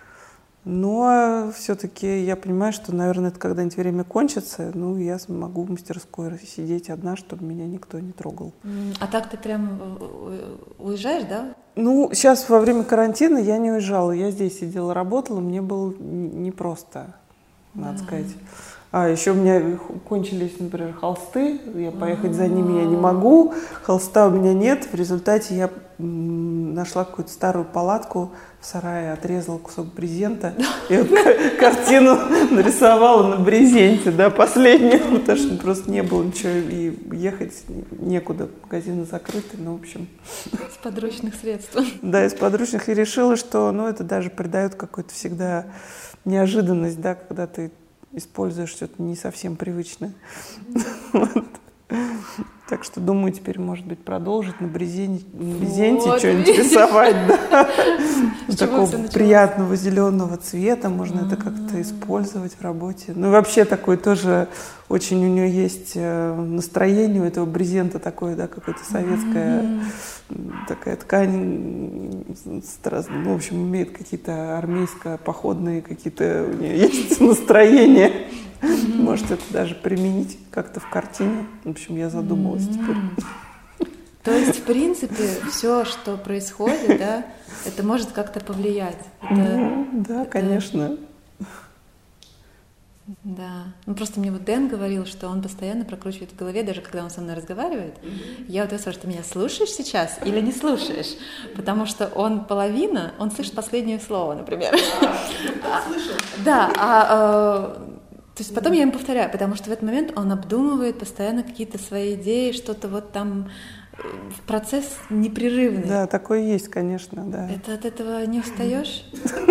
Но все-таки я понимаю, что, наверное, это когда-нибудь время кончится, ну, я смогу в мастерской сидеть одна, чтобы меня никто не трогал. А так ты прям уезжаешь, да? Ну, сейчас во время карантина я не уезжала, я здесь сидела, работала, мне было непросто, надо сказать. А еще у меня кончились, например, холсты, я поехать за ними я не могу, холста у меня нет, в результате я нашла какую-то старую палатку в сарае, отрезала кусок брезента и вот картину нарисовала на брезенте, да, последнюю, потому что просто не было ничего, и ехать некуда, магазины закрыты, ну, в общем. Из подручных средств. Да, из подручных, и решила, что, ну, это даже придает какую-то всегда неожиданность, да, когда ты используешь что-то не совсем привычное. Вот. Так что думаю, теперь, может быть, продолжить на брезенте вот, что-нибудь рисовать. Да. Такого приятного зеленого цвета, можно это как-то использовать в работе. Ну и вообще такой тоже очень у нее есть настроение у этого брезента такое, да, какое-то советское, такая ткань, ну, в общем, имеет какие-то армейско-походные какие-то, у нее есть настроения. Может, это даже применить как-то в картине. В общем, я задумалась теперь. То есть, в принципе, все, что происходит, да, это может как-то повлиять. Да, конечно. Да. Ну, просто мне вот Дэн говорил, что он постоянно прокручивает в голове, даже когда он со мной разговаривает. Я вот спрашиваю, что ты меня слушаешь сейчас или не слушаешь? Потому что он слышит последнее слово, например. Да, то есть потом я ему повторяю, потому что в этот момент он обдумывает постоянно какие-то свои идеи, что-то вот там, процесс непрерывный. Да, такое есть, конечно, да. Это от этого не устаешь?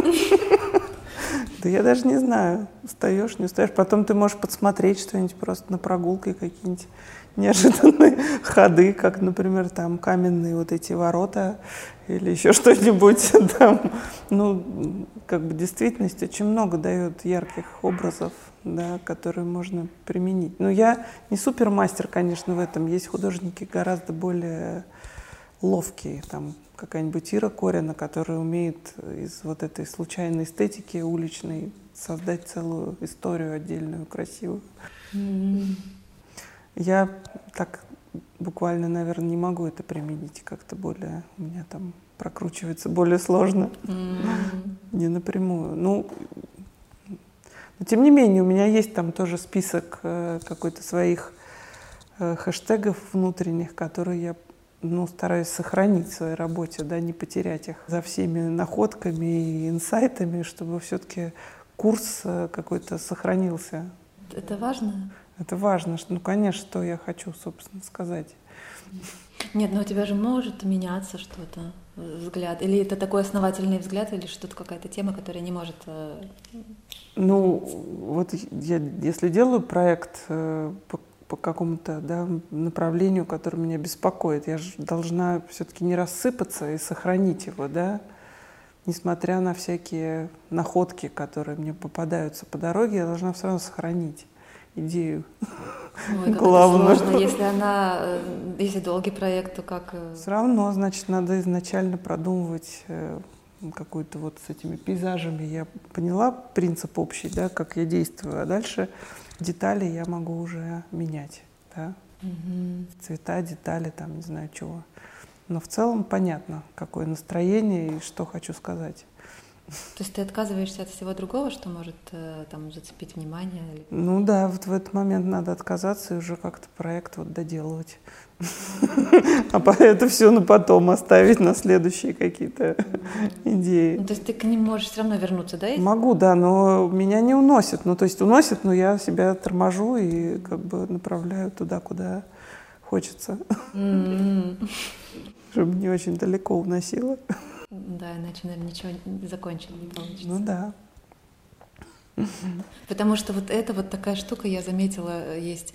Да я даже не знаю, устаешь, не устаешь. Потом ты можешь подсмотреть что-нибудь просто на прогулке, какие-нибудь неожиданные ходы, как, например, там каменные вот эти ворота или еще что-нибудь там. Ну, как бы действительность очень много дает ярких образов, да, которые можно применить. Но я не супермастер, конечно, в этом. Есть художники гораздо более ловкие. Там какая-нибудь Ира Корина, которая умеет из вот этой случайной эстетики уличной создать целую историю отдельную, красивую. Я так буквально, наверное, не могу это применить, как-то более, у меня там прокручивается более сложно, не напрямую. Ну, но тем не менее, у меня есть там тоже список какой-то своих хэштегов внутренних, которые я стараюсь сохранить в своей работе, да, не потерять их за всеми находками и инсайтами, чтобы все-таки курс какой-то сохранился. Это важно? Это важно, ну, конечно, что я хочу, собственно, сказать. Нет, но у тебя же может меняться что-то, взгляд. Или это такой основательный взгляд, или что-то какая-то тема, которая не может... Ну, вот я, если делаю проект по какому-то, да, направлению, которое меня беспокоит, я же должна все-таки не рассыпаться и сохранить его, да, несмотря на всякие находки, которые мне попадаются по дороге, я должна все равно сохранить идею. Ой, главное. Сложно, если долгий проект, то как? Все равно, значит, надо изначально продумывать какую-то вот с этими пейзажами. Я поняла принцип общий, да, как я действую, а дальше детали я могу уже менять, да. Цвета, детали, там, не знаю чего. Но в целом понятно, какое настроение и что хочу сказать. То есть ты отказываешься от всего другого, что может там зацепить внимание? Ну да, вот в этот момент надо отказаться и уже как-то проект вот доделывать. А это все на потом оставить на следующие какие-то идеи. То есть ты к ним можешь все равно вернуться, да? Могу, да, но меня не уносит. Ну то есть уносит, но я себя торможу и как бы направляю туда, куда хочется. Чтобы не очень далеко уносило. Да, иначе, наверное, ничего закончить не получится. Ну да. Потому что вот это вот такая штука, я заметила, есть,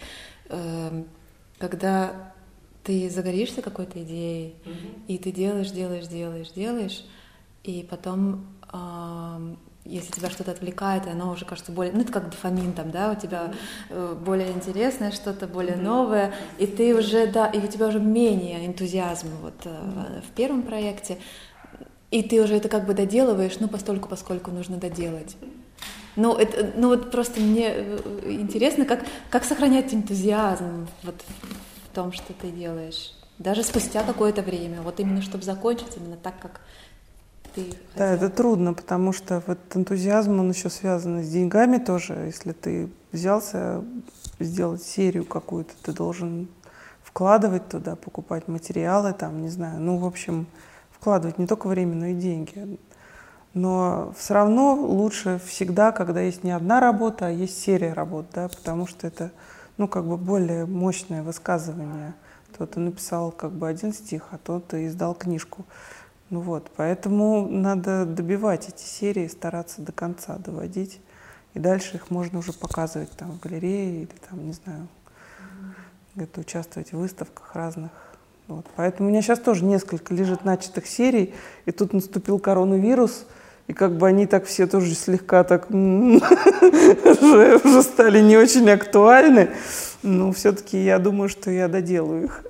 когда ты загоришься какой-то идеей, и ты делаешь, и потом, если тебя что-то отвлекает, и оно уже кажется более... Ну, это как дофамин там, да, у тебя более интересное что-то, более новое, и ты уже, да, и у тебя уже менее энтузиазма вот в первом проекте, и ты уже это как бы доделываешь, ну, постольку, поскольку нужно доделать. Ну, вот просто мне интересно, как сохранять энтузиазм вот в том, что ты делаешь, даже спустя какое-то время, вот именно чтобы закончить именно так, как ты хотел. Да, это трудно, потому что вот энтузиазм, он еще связан с деньгами тоже. Если ты взялся сделать серию какую-то, ты должен вкладывать туда, покупать материалы, там, не знаю, ну, в общем... Вкладывать не только время, но и деньги. Но все равно лучше всегда, когда есть не одна работа, а есть серия работ, да, потому что это, ну, как бы более мощное высказывание. То ты написал как бы один стих, а то ты издал книжку. Ну вот, поэтому надо добивать эти серии, стараться до конца доводить. И дальше их можно уже показывать там в галерее или там, не знаю, где-то участвовать в выставках разных. Вот. Поэтому у меня сейчас тоже несколько лежит начатых серий, и тут наступил коронавирус, и как бы они так все тоже слегка так уже стали не очень актуальны, но все-таки я думаю, что я доделаю их.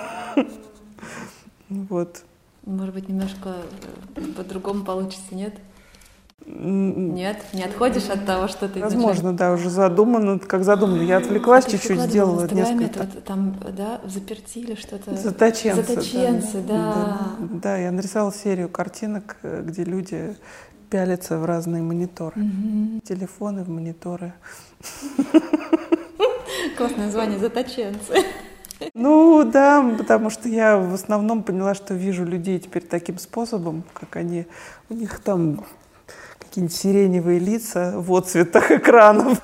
Вот. Может быть, немножко по-другому получится, нет? Нет? Не отходишь от того, что ты Возможно, да, уже задумано, как задумано. Я отвлеклась чуть-чуть, сделала несколько. Там, да, взаперти или что-то? Заточенцы, да. Да, я нарисовала серию картинок, где люди пялятся в разные мониторы. Телефоны в мониторы. Классное название «Заточенцы». Ну да, потому что я в основном поняла, что вижу людей теперь таким способом, как они, у них там какие-нибудь сиреневые лица в отцветах экранов.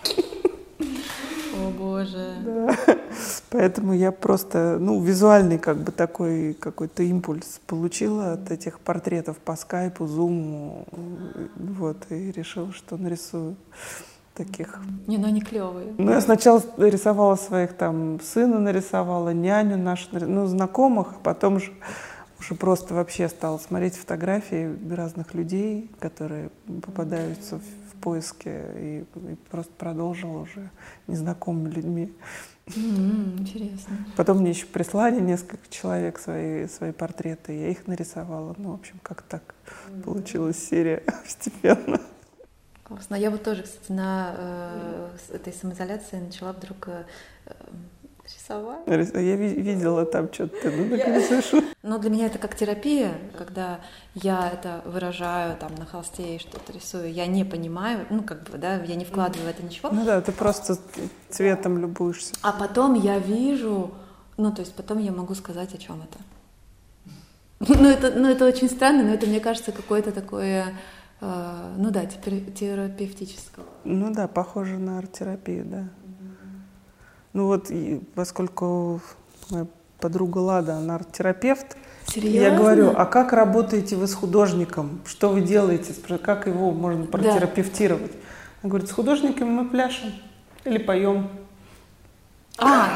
О боже. Да. Поэтому я просто, ну, визуальный как бы такой какой-то импульс получила от этих портретов по скайпу, зуму, вот, и решила, что нарисую таких. Не, ну они клевые. Ну, я сначала рисовала своих там, сына нарисовала, няню нашу, ну, знакомых, а потом же уже просто вообще стала смотреть фотографии разных людей, которые попадаются в поиске и просто продолжила уже незнакомыми людьми. Интересно. Потом мне еще прислали несколько человек свои портреты, я их нарисовала. Ну, в общем, как так получилась серия постепенно. Классно. Я вот тоже, кстати, на этой самоизоляции начала вдруг рисовать. Я видела там что-то, ты так рисуешь. Но для меня это как терапия, когда я это выражаю там на холсте и что-то рисую, я не понимаю, ну как бы, да, я не вкладываю в это ничего. Ну да, ты просто цветом любуешься. А потом я вижу, ну то есть потом я могу сказать, о чем это. Ну это очень странно, но это, мне кажется, какое-то такое, ну да, терапевтическое. Ну да, похоже на арт-терапию, да. Ну вот, поскольку моя подруга Лада, она арт-терапевт, Серьезно? я говорю, а как работаете вы с художником? Что вы делаете? Как его можно протерапевтировать? Она говорит, с художниками мы пляшем или поем. Это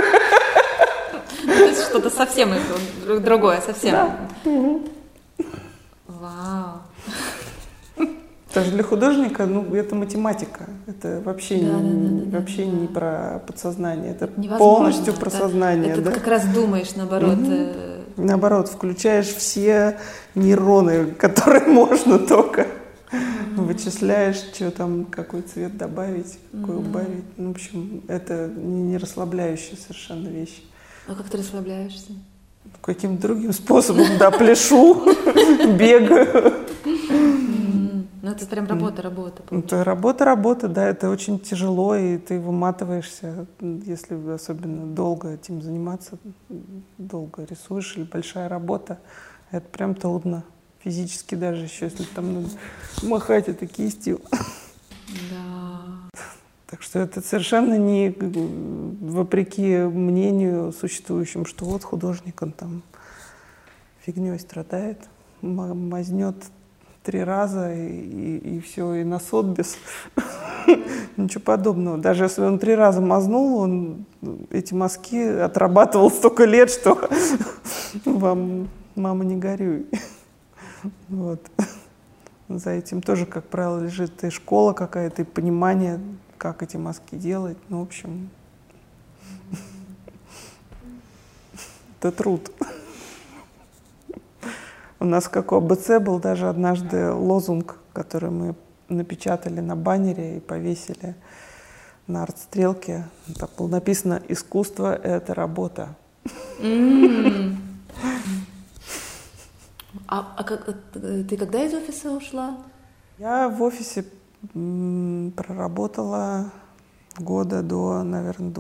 что-то совсем другое, совсем. Да. Вау. Даже для художника, ну, это математика. Это вообще, не про подсознание. Это полностью про сознание. Это да? как раз думаешь, наоборот. Наоборот, включаешь все нейроны, которые можно только. Вычисляешь, что там, какой цвет добавить, какой убавить. Ну, в общем, это не расслабляющая совершенно вещь. А как ты расслабляешься? Каким-то другим способом, да, пляшу, бегаю. Ну, это прям работа. Это работа, да, это очень тяжело, и ты выматываешься, если особенно долго этим заниматься, долго рисуешь, или большая работа, это прям трудно. Физически даже еще, если там надо махать этой кистью. Да. Так что это совершенно не вопреки мнению существующему, что вот художник, он там фигней страдает, мазнет 3 раза и все, и на сотбис. Ничего подобного. Даже если он 3 раза мазнул, он эти мазки отрабатывал столько лет, что вам, мама, не горюй. Вот. За этим тоже, как правило, лежит и школа какая-то, и понимание, как эти мазки делать. Ну, в общем, это труд. У нас, как у АБЦ, был даже однажды лозунг, который мы напечатали на баннере и повесили на арт-стрелке. Там было написано «Искусство — это работа». А как ты когда из офиса ушла? Я в офисе проработала года до, наверное,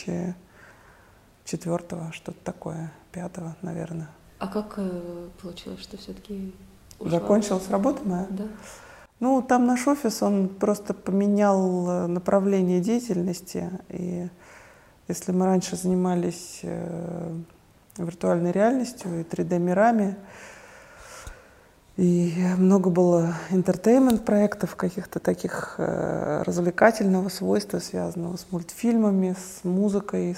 2004-го, что-то такое, 5-го, наверное. А как получилось, что все-таки ушла? Закончилась работа моя? Да. Ну, там наш офис, он просто поменял направление деятельности. И если мы раньше занимались виртуальной реальностью и 3D-мирами, и много было entertainment-проектов, каких-то таких развлекательного свойства, связанного с мультфильмами, с музыкой,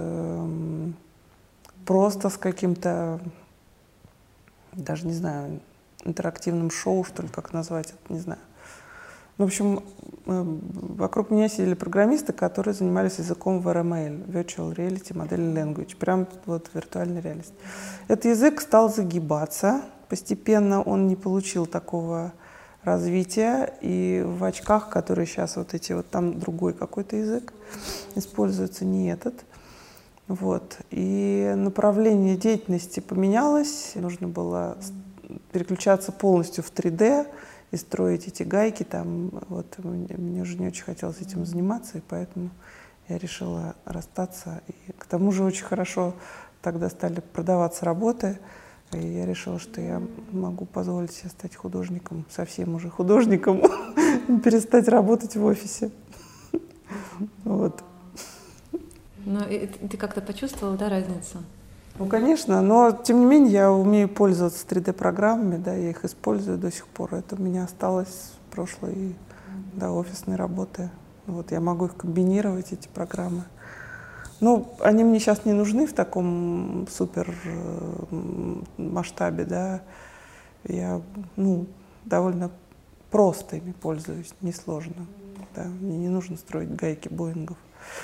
просто с каким-то, даже не знаю, интерактивным шоу, что ли, как назвать это, не знаю. В общем, вокруг меня сидели программисты, которые занимались языком VRML, Virtual Reality Modeling Language, прям вот виртуальная реальность. Этот язык стал загибаться постепенно, он не получил такого развития, и в очках, которые сейчас вот эти вот, там другой какой-то язык используется, не этот. Вот. И направление деятельности поменялось, нужно было переключаться полностью в 3D и строить эти гайки там. Вот. Мне уже не очень хотелось этим заниматься, и поэтому я решила расстаться. И к тому же очень хорошо тогда стали продаваться работы, и я решила, что я могу позволить себе стать художником, совсем уже художником, перестать работать в офисе. Вот. Ну, ты как-то почувствовала, да, разницу? Ну, конечно, но тем не менее я умею пользоваться 3D-программами, да, я их использую до сих пор. Это у меня осталось с прошлой, да, офисной работы. Вот, я могу их комбинировать, эти программы. Ну, они мне сейчас не нужны в таком супер масштабе, да. Я, ну, довольно просто ими пользуюсь, несложно. Да, мне не нужно строить гайки Боингов.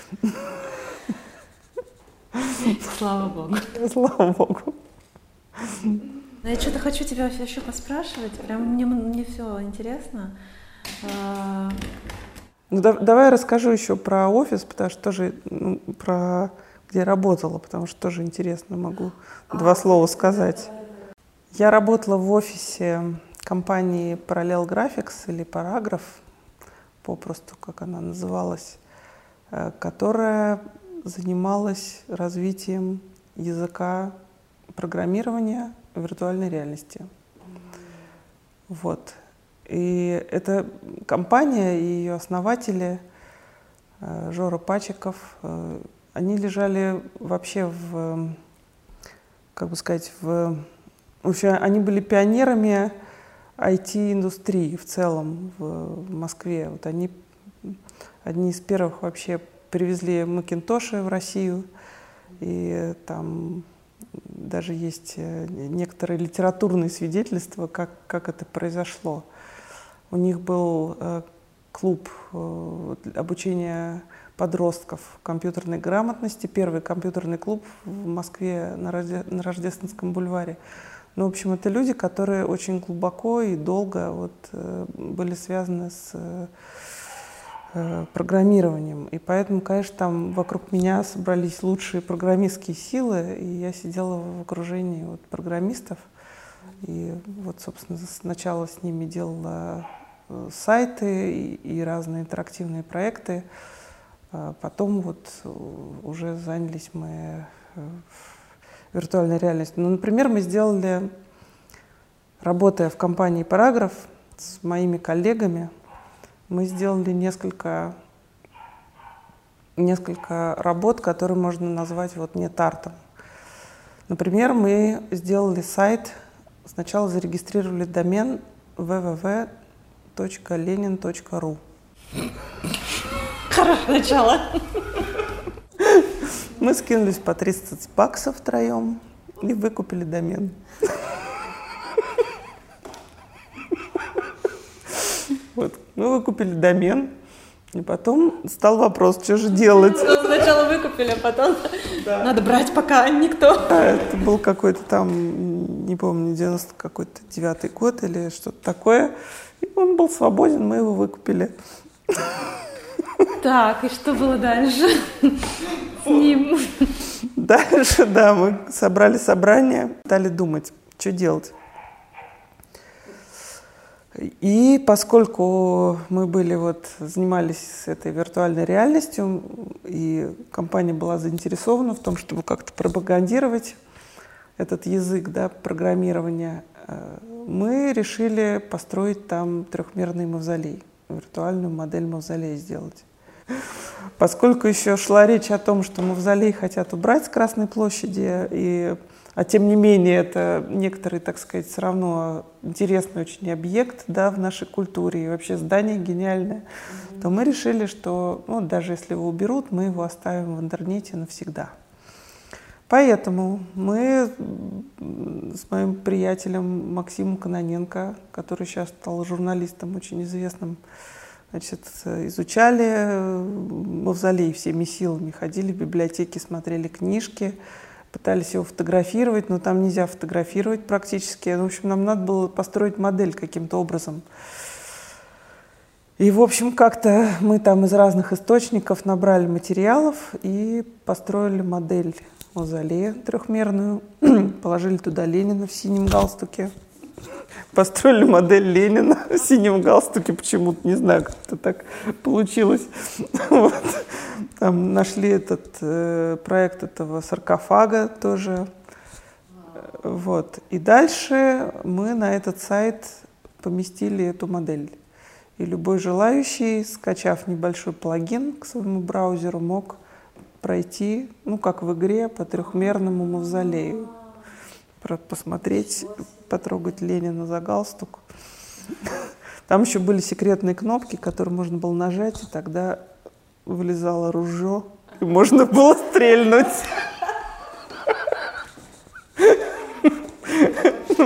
Слава Богу. Слава Богу. Я что-то хочу тебя еще поспрашивать. Прям мне все интересно. Ну, давай я расскажу еще про офис, потому что тоже про где я работала, потому что тоже интересно, могу два слова сказать. Я работала в офисе компании Parallel Graphics или Paragraph, попросту, как она называлась, которая занималась развитием языка программирования в виртуальной реальности. Вот. И эта компания и ее основатели, Жора Пачиков, они лежали вообще в, как бы сказать, в общем, они были пионерами IT-индустрии в целом в Москве. Вот они одни из первых вообще привезли Макинтоши в Россию, и там даже есть некоторые литературные свидетельства, как это произошло. У них был клуб обучения подростков компьютерной грамотности, первый компьютерный клуб в Москве на Рождественском бульваре. Ну, в общем, это люди, которые очень глубоко и долго вот, были связаны с программированием. И поэтому, конечно, там вокруг меня собрались лучшие программистские силы, и я сидела в окружении вот, программистов. И вот, собственно, сначала с ними делала сайты и разные интерактивные проекты. Потом вот уже занялись мы виртуальной реальностью. Ну, например, мы сделали, работая в компании Paragraph с моими коллегами, мы сделали несколько работ, которые можно назвать вот нет-артом. Например, мы сделали сайт, сначала зарегистрировали домен www.lenin.ru. Хорошее начало. Мы скинулись по 30 баксов втроем и выкупили домен. Вот. Мы выкупили домен, и потом стал вопрос, что же делать. Сначала выкупили, а потом надо брать, пока никто. Это был какой-то там, не помню, 99-й год или что-то такое. И он был свободен, мы его выкупили. Так, и что было дальше с ним? Дальше, да, мы собрали собрание, стали думать, что делать. И поскольку мы были занимались этой виртуальной реальностью, и компания была заинтересована в том, чтобы как-то пропагандировать этот язык, да, программирования, мы решили построить там трехмерный мавзолей, виртуальную модель мавзолея сделать. Поскольку еще шла речь о том, что мавзолей хотят убрать с Красной площади, а тем не менее это некоторый, так сказать, все равно интересный очень объект, да, в нашей культуре, и вообще здание гениальное, то мы решили, что даже если его уберут, мы его оставим в интернете навсегда. Поэтому мы с моим приятелем Максимом Кононенко, который сейчас стал журналистом очень известным, значит, изучали мавзолей всеми силами, ходили в библиотеки, смотрели книжки, пытались его фотографировать, но там нельзя фотографировать практически. В общем, нам надо было построить модель каким-то образом. И, в общем, как-то мы там из разных источников набрали материалов и построили модель мавзолея трехмерную, положили туда Ленина в синем галстуке. Построили модель Ленина в синем галстуке, почему-то, не знаю, как это так получилось. Вот. Там нашли этот проект этого саркофага тоже. Вот. И дальше мы на этот сайт поместили эту модель. И любой желающий, скачав небольшой плагин к своему браузеру, мог пройти, как в игре, по трехмерному мавзолею. Посмотреть, потрогать Ленина за галстук. Там еще были секретные кнопки, которые можно было нажать, и тогда вылезало ружье, и можно было стрельнуть.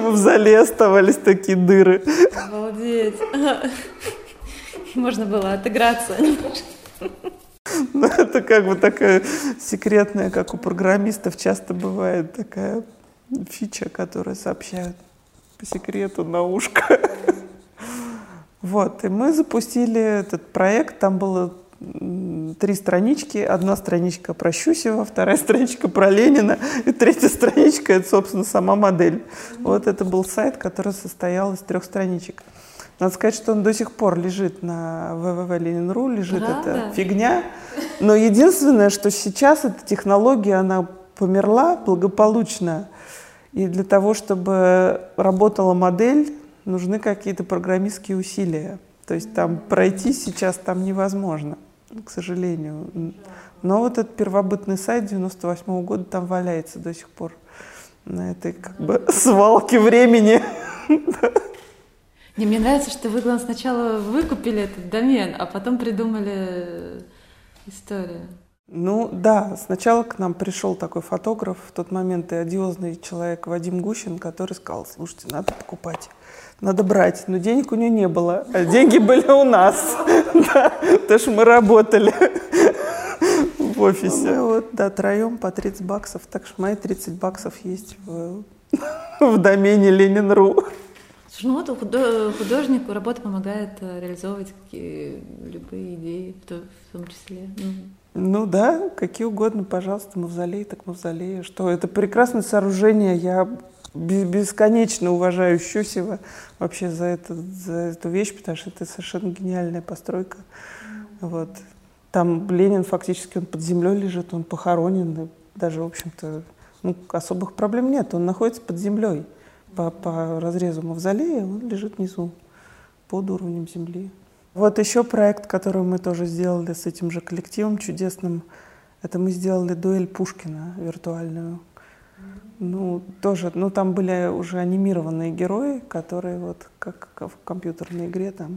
В мавзолее оставались такие дыры. Обалдеть. Можно было отыграться. Ну, это как бы такая секретная, как у программистов часто бывает, такая фича, которую сообщают по секрету на ушко. Вот, и мы запустили этот проект, там было 3 странички, одна страничка про Щусева, вторая страничка про Ленина, и третья страничка — это, собственно, сама модель. Вот это был сайт, который состоял из 3 страничек. Надо сказать, что он до сих пор лежит на www.lenin.ru, лежит эта фигня. Но единственное, что сейчас эта технология, она померла благополучно. И для того, чтобы работала модель, нужны какие-то программистские усилия. То есть там пройти сейчас там невозможно, к сожалению. Но вот этот первобытный сайт 98 года там валяется до сих пор на этой как бы свалке времени. Мне нравится, что вы, главное, сначала выкупили этот домен, а потом придумали историю. Ну да, сначала к нам пришел такой фотограф, в тот момент и одиозный человек Вадим Гущин, который сказал: слушайте, надо покупать, надо брать. Но денег у него не было, а деньги были у нас, потому что мы работали в офисе. Вот, да, 3 по 30 баксов, так что мои 30 баксов есть в домене Lenin.ru. Слушай, ну вот художнику работа помогает реализовывать любые идеи, в том числе. Ну да, какие угодно, пожалуйста, мавзолей, так мавзолей. Что это прекрасное сооружение, я бесконечно уважаю Щусева вообще за эту вещь, потому что это совершенно гениальная постройка. Вот. Там Ленин фактически, он под землей лежит, он похоронен, и даже, в общем-то, особых проблем нет, он находится под землей. По разрезу мавзолея он лежит внизу, под уровнем земли. Вот еще проект, который мы тоже сделали с этим же коллективом чудесным, это мы сделали дуэль Пушкина виртуальную. Тоже, там были уже анимированные герои, которые вот как в компьютерной игре там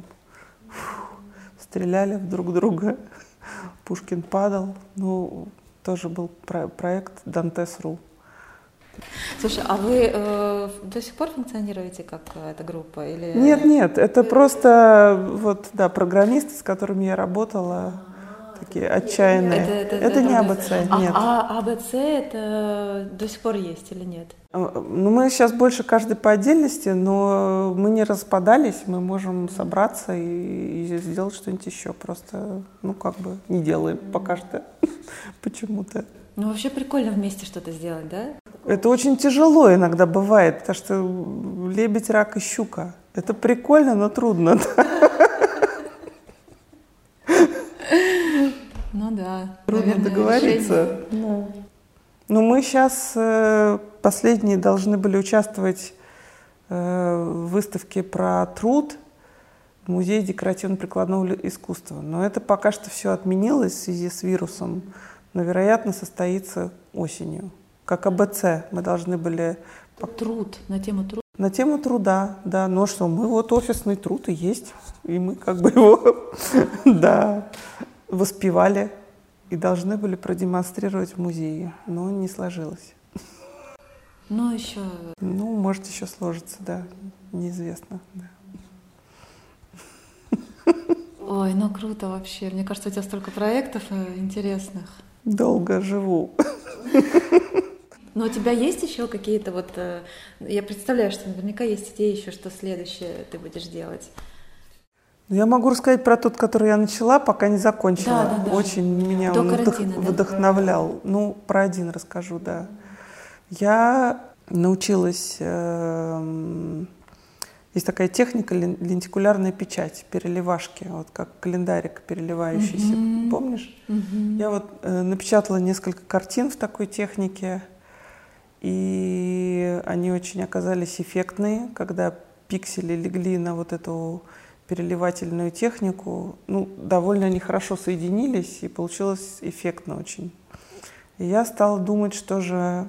стреляли друг в друга. Пушкин падал. Тоже был проект Dantes.ru. Слушай, а вы до сих пор функционируете как эта группа? Или... Нет, это просто программисты, с которыми я работала, такие отчаянные. Это не АБЦ, нет. А АБЦ это до сих пор есть или нет? Мы сейчас больше каждый по отдельности, но мы не распадались, мы можем собраться и сделать что-нибудь еще. Просто, не делаем пока что почему-то. Вообще прикольно вместе что-то сделать, да? Это очень тяжело иногда бывает, потому что лебедь, рак и щука. Это прикольно, но трудно. Ну да. Трудно договориться. Но мы сейчас последние должны были участвовать в выставке про труд в Музее декоративно-прикладного искусства. Но это пока что все отменилось в связи с вирусом, но, вероятно, состоится осенью. Как АБЦ мы должны были... Труд, на тему труда? На тему труда, да. Но что, мы офисный труд и есть. И мы его, воспевали и должны были продемонстрировать в музее. Но не сложилось. Еще... может, еще сложится, да. Неизвестно, да. Ой, круто вообще. Мне кажется, у тебя столько проектов интересных. Долго живу. Но у тебя есть еще какие-то я представляю, что наверняка есть идеи еще, что следующее ты будешь делать. Я могу рассказать про тот, который я начала, пока не закончила. Да. Очень меня он вдохновлял. Про один расскажу, да. Я научилась... Есть такая техника лентикулярная печать, переливашки, как календарик переливающийся. Помнишь? Я напечатала несколько картин в такой технике, и они очень оказались эффектные, когда пиксели легли на эту переливательную технику. Довольно они хорошо соединились, и получилось эффектно очень. И я стала думать, что же...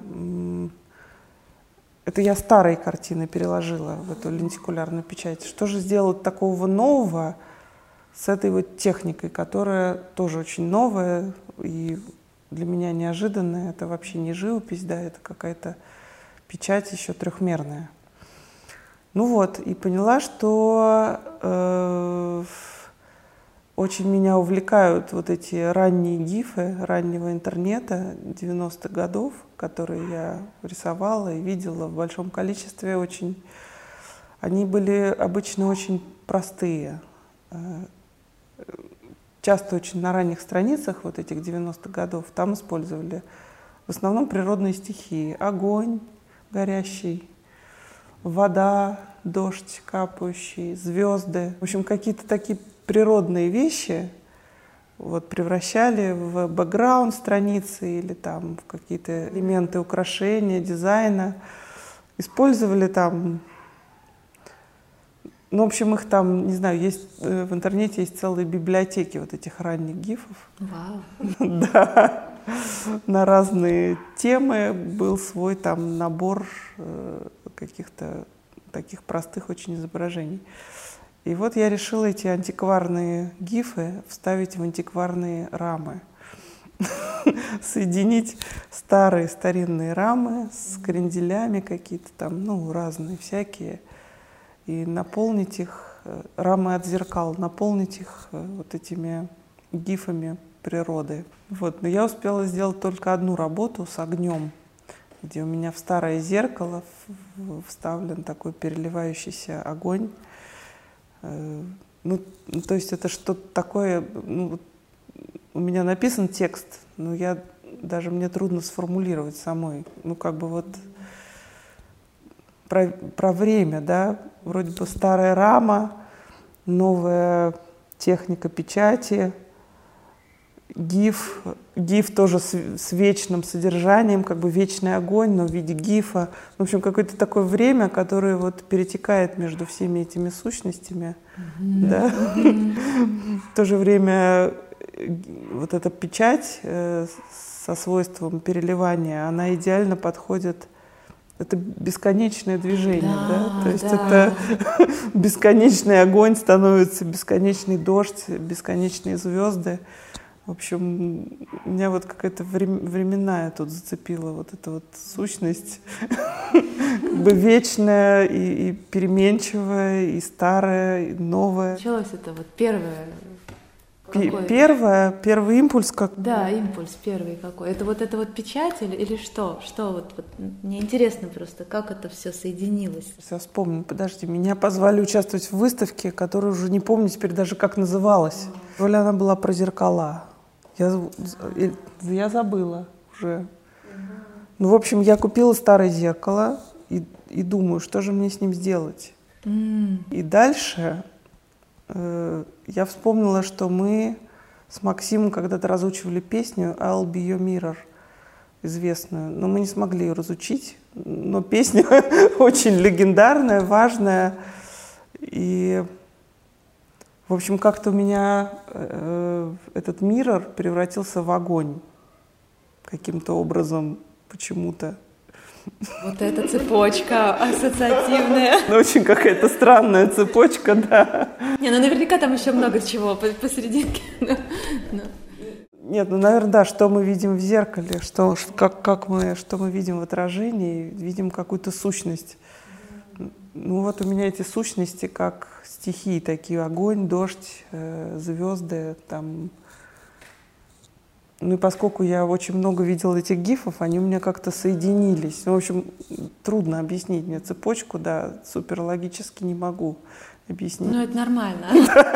Это я старые картины переложила в эту лентикулярную печать. Что же сделать такого нового с этой техникой, которая тоже очень новая и для меня неожиданная? Это вообще не живопись, да, это какая-то печать еще трехмерная. Ну вот, и поняла, что очень меня увлекают вот эти ранние гифы раннего интернета 90-х годов, которые я рисовала и видела в большом количестве. Очень, они были обычно очень простые. Часто очень на ранних страницах вот этих 90-х годов там использовали в основном природные стихии. Огонь горящий, вода, дождь капающий, звезды. В общем, какие-то такие природные вещи вот превращали в бэкграунд страницы или там в какие-то элементы украшения, дизайна. Использовали там, ну, в общем, их там, не знаю, есть в интернете есть целые библиотеки вот этих ранних гифов. Вау. Да. На разные темы был свой там набор каких-то таких простых очень изображений. И вот я решила эти антикварные гифы вставить в антикварные рамы. Соединить старые старинные рамы с кренделями какие-то там, ну, разные всякие, и наполнить их, рамы от зеркал, наполнить их вот этими гифами природы. Вот. Но я успела сделать только одну работу с огнем, где у меня в старое зеркало вставлен такой переливающийся огонь. Ну, то есть это что-то такое, ну, у меня написан текст, но мне трудно сформулировать самой. Ну, как бы вот про время, да, вроде бы старая рама, новая техника печати, гиф тоже с вечным содержанием, как бы вечный огонь, но в виде гифа. В общем, какое-то такое время, которое вот перетекает между всеми этими сущностями. Да? В то же время вот эта печать со свойством переливания, она идеально подходит. Это бесконечное движение, да? То есть это бесконечный огонь становится бесконечный дождь, бесконечные звезды. В общем, меня вот какая-то временная тут зацепила вот эта вот сущность, как бы вечная и переменчивая, и старая, и новая. Началось это вот первое. Первый импульс как? Да, импульс первый какой. Это вот печать или что? Что вот мне интересно просто, как это все соединилось. Я вспомню, подожди, меня позвали участвовать в выставке, которую уже не помню теперь даже как называлась. Она была про зеркала. Я забыла уже. Ну, в общем, я купила старое зеркало и думаю, что же мне с ним сделать. И дальше я вспомнила, что мы с Максимом когда-то разучивали песню «I'll be your mirror», известную, но мы не смогли ее разучить. Но песня очень легендарная, важная. И, в общем, как-то у меня этот миррор превратился в огонь каким-то образом, почему-то. Вот эта цепочка ассоциативная. Ну, очень какая-то странная цепочка, да. Не, ну наверняка там еще много чего посерединке. Нет, ну, наверное, да, что мы видим в зеркале, что мы видим в отражении, видим какую-то сущность. Ну вот у меня эти сущности как стихии такие: огонь, дождь, звезды, там. Ну и поскольку я очень много видела этих гифов, они у меня как-то соединились. Ну, в общем, трудно объяснить мне цепочку, да, суперлогически не могу объяснить. Ну это нормально.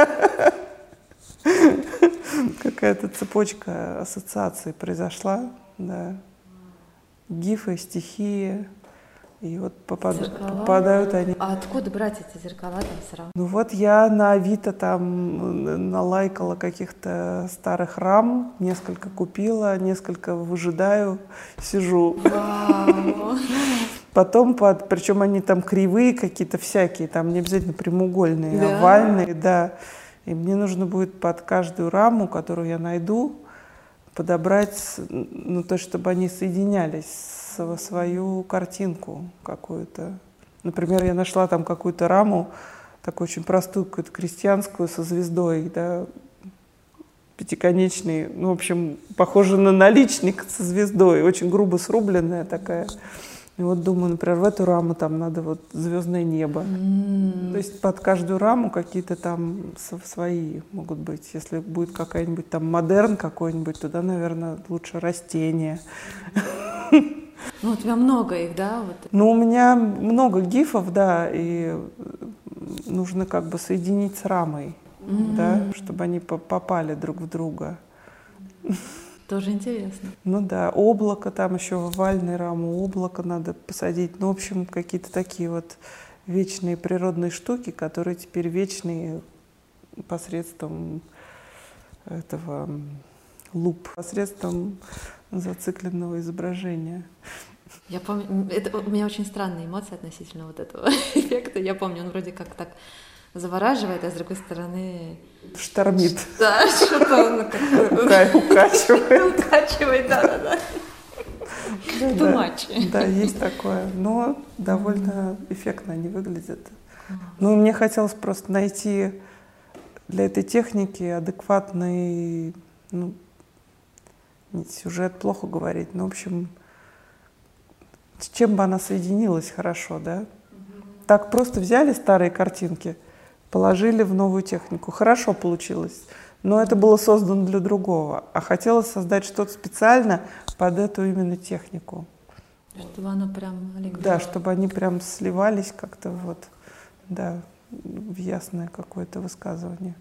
Какая-то цепочка ассоциаций произошла, да. Гифы, стихии. И вот попадают они. А откуда брать эти зеркала там сразу? Ну вот я на Авито там налайкала каких-то старых рам, несколько купила, несколько выжидаю, сижу. Вау. Потом, причем они там кривые какие-то всякие, там не обязательно прямоугольные, да? Овальные, да. И мне нужно будет под каждую раму, которую я найду, подобрать, ну, то, чтобы они соединялись в свою картинку какую-то. Например, я нашла там какую-то раму, такую очень простую, какую-то крестьянскую, со звездой, да, пятиконечный, ну, в общем, похоже на наличник со звездой, очень грубо срубленная такая. И вот думаю, например, в эту раму там надо вот звездное небо. То есть под каждую раму какие-то там свои могут быть. Если будет какая-нибудь там модерн какой-нибудь, туда, наверное, лучше растения. Ну, у тебя много их, да? Вот. Ну, у меня много гифов, да, и нужно как бы соединить с рамой, да, чтобы они попали друг в друга. Тоже интересно. Ну да, облако, там еще в овальной раму облако надо посадить. Ну, в общем, какие-то такие вот вечные природные штуки, которые теперь вечные посредством этого посредством зацикленного изображения. Я помню, у меня очень странные эмоции относительно вот этого эффекта. Я помню, он вроде как так завораживает, а с другой стороны... Штормит. Да, что-то он как-то... Укачивает. Укачивает, да-да-да. Too much. Да, есть такое. Но довольно эффектно они выглядят. Ну, мне хотелось просто найти для этой техники адекватный, ну, сюжет плохо говорить, но, в общем, с чем бы она соединилась хорошо, да? Так просто взяли старые картинки, положили в новую технику. Хорошо получилось, но это было создано для другого. А хотелось создать что-то специально под эту именно технику. Чтобы оно прям... Да, чтобы они прям сливались как-то вот, да, в ясное какое-то высказывание.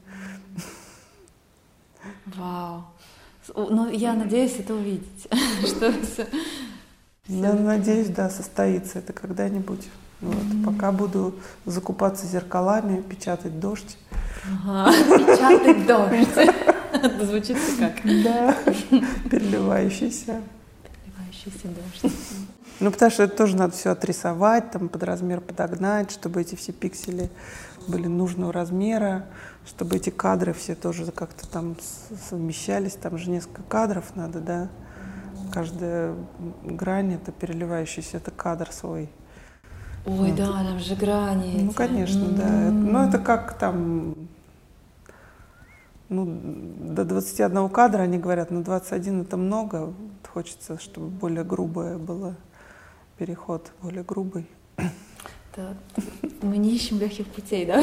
Вау. Ну, я надеюсь это увидеть, что все... Я надеюсь, да, состоится это когда-нибудь. Вот. Пока буду закупаться зеркалами, печатать дождь. Ага, печатать дождь. Это звучит как? Да, переливающийся. Переливающийся дождь. Ну, потому что это тоже надо все отрисовать, там, под размер подогнать, чтобы эти все пиксели были нужного размера, чтобы эти кадры все тоже как-то там совмещались. Там же несколько кадров надо, да. Каждая грань — это переливающийся, это кадр свой. Ой, вот. Да, там же грани. Ну, конечно, да. Ну, это как там, ну, до 21 кадра они говорят, но 21 это много. Хочется, чтобы более грубое было, переход более грубый. Да. Мы не ищем легких путей, да?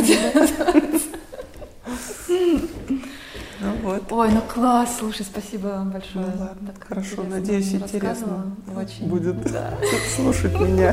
Ну вот. Ой, ну класс, слушай, спасибо вам большое. Ну ладно, хорошо, надеюсь, интересно очень будет слушать меня.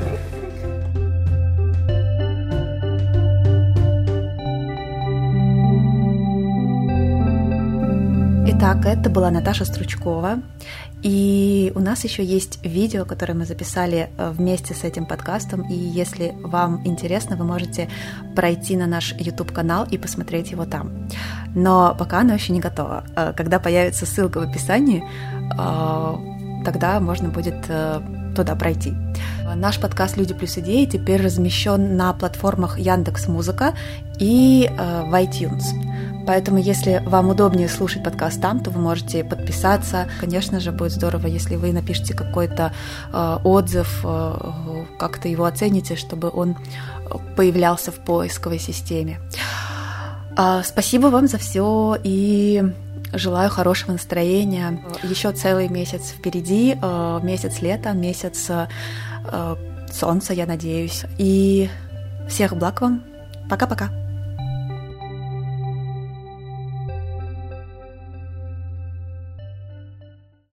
Итак, это была Наташа Стручкова, и у нас еще есть видео, которое мы записали вместе с этим подкастом, и если вам интересно, вы можете пройти на наш YouTube-канал и посмотреть его там. Но пока оно еще не готово. Когда появится ссылка в описании, тогда можно будет туда пройти. Наш подкаст «Люди плюс идеи» теперь размещен на платформах Яндекс.Музыка и в iTunes. Поэтому, если вам удобнее слушать подкаст там, то вы можете подписаться. Конечно же, будет здорово, если вы напишите какой-то отзыв, как-то его оцените, чтобы он появлялся в поисковой системе. Спасибо вам за все и желаю хорошего настроения. Еще целый месяц впереди, месяц лета, месяц солнца, я надеюсь. И всех благ вам. Пока-пока.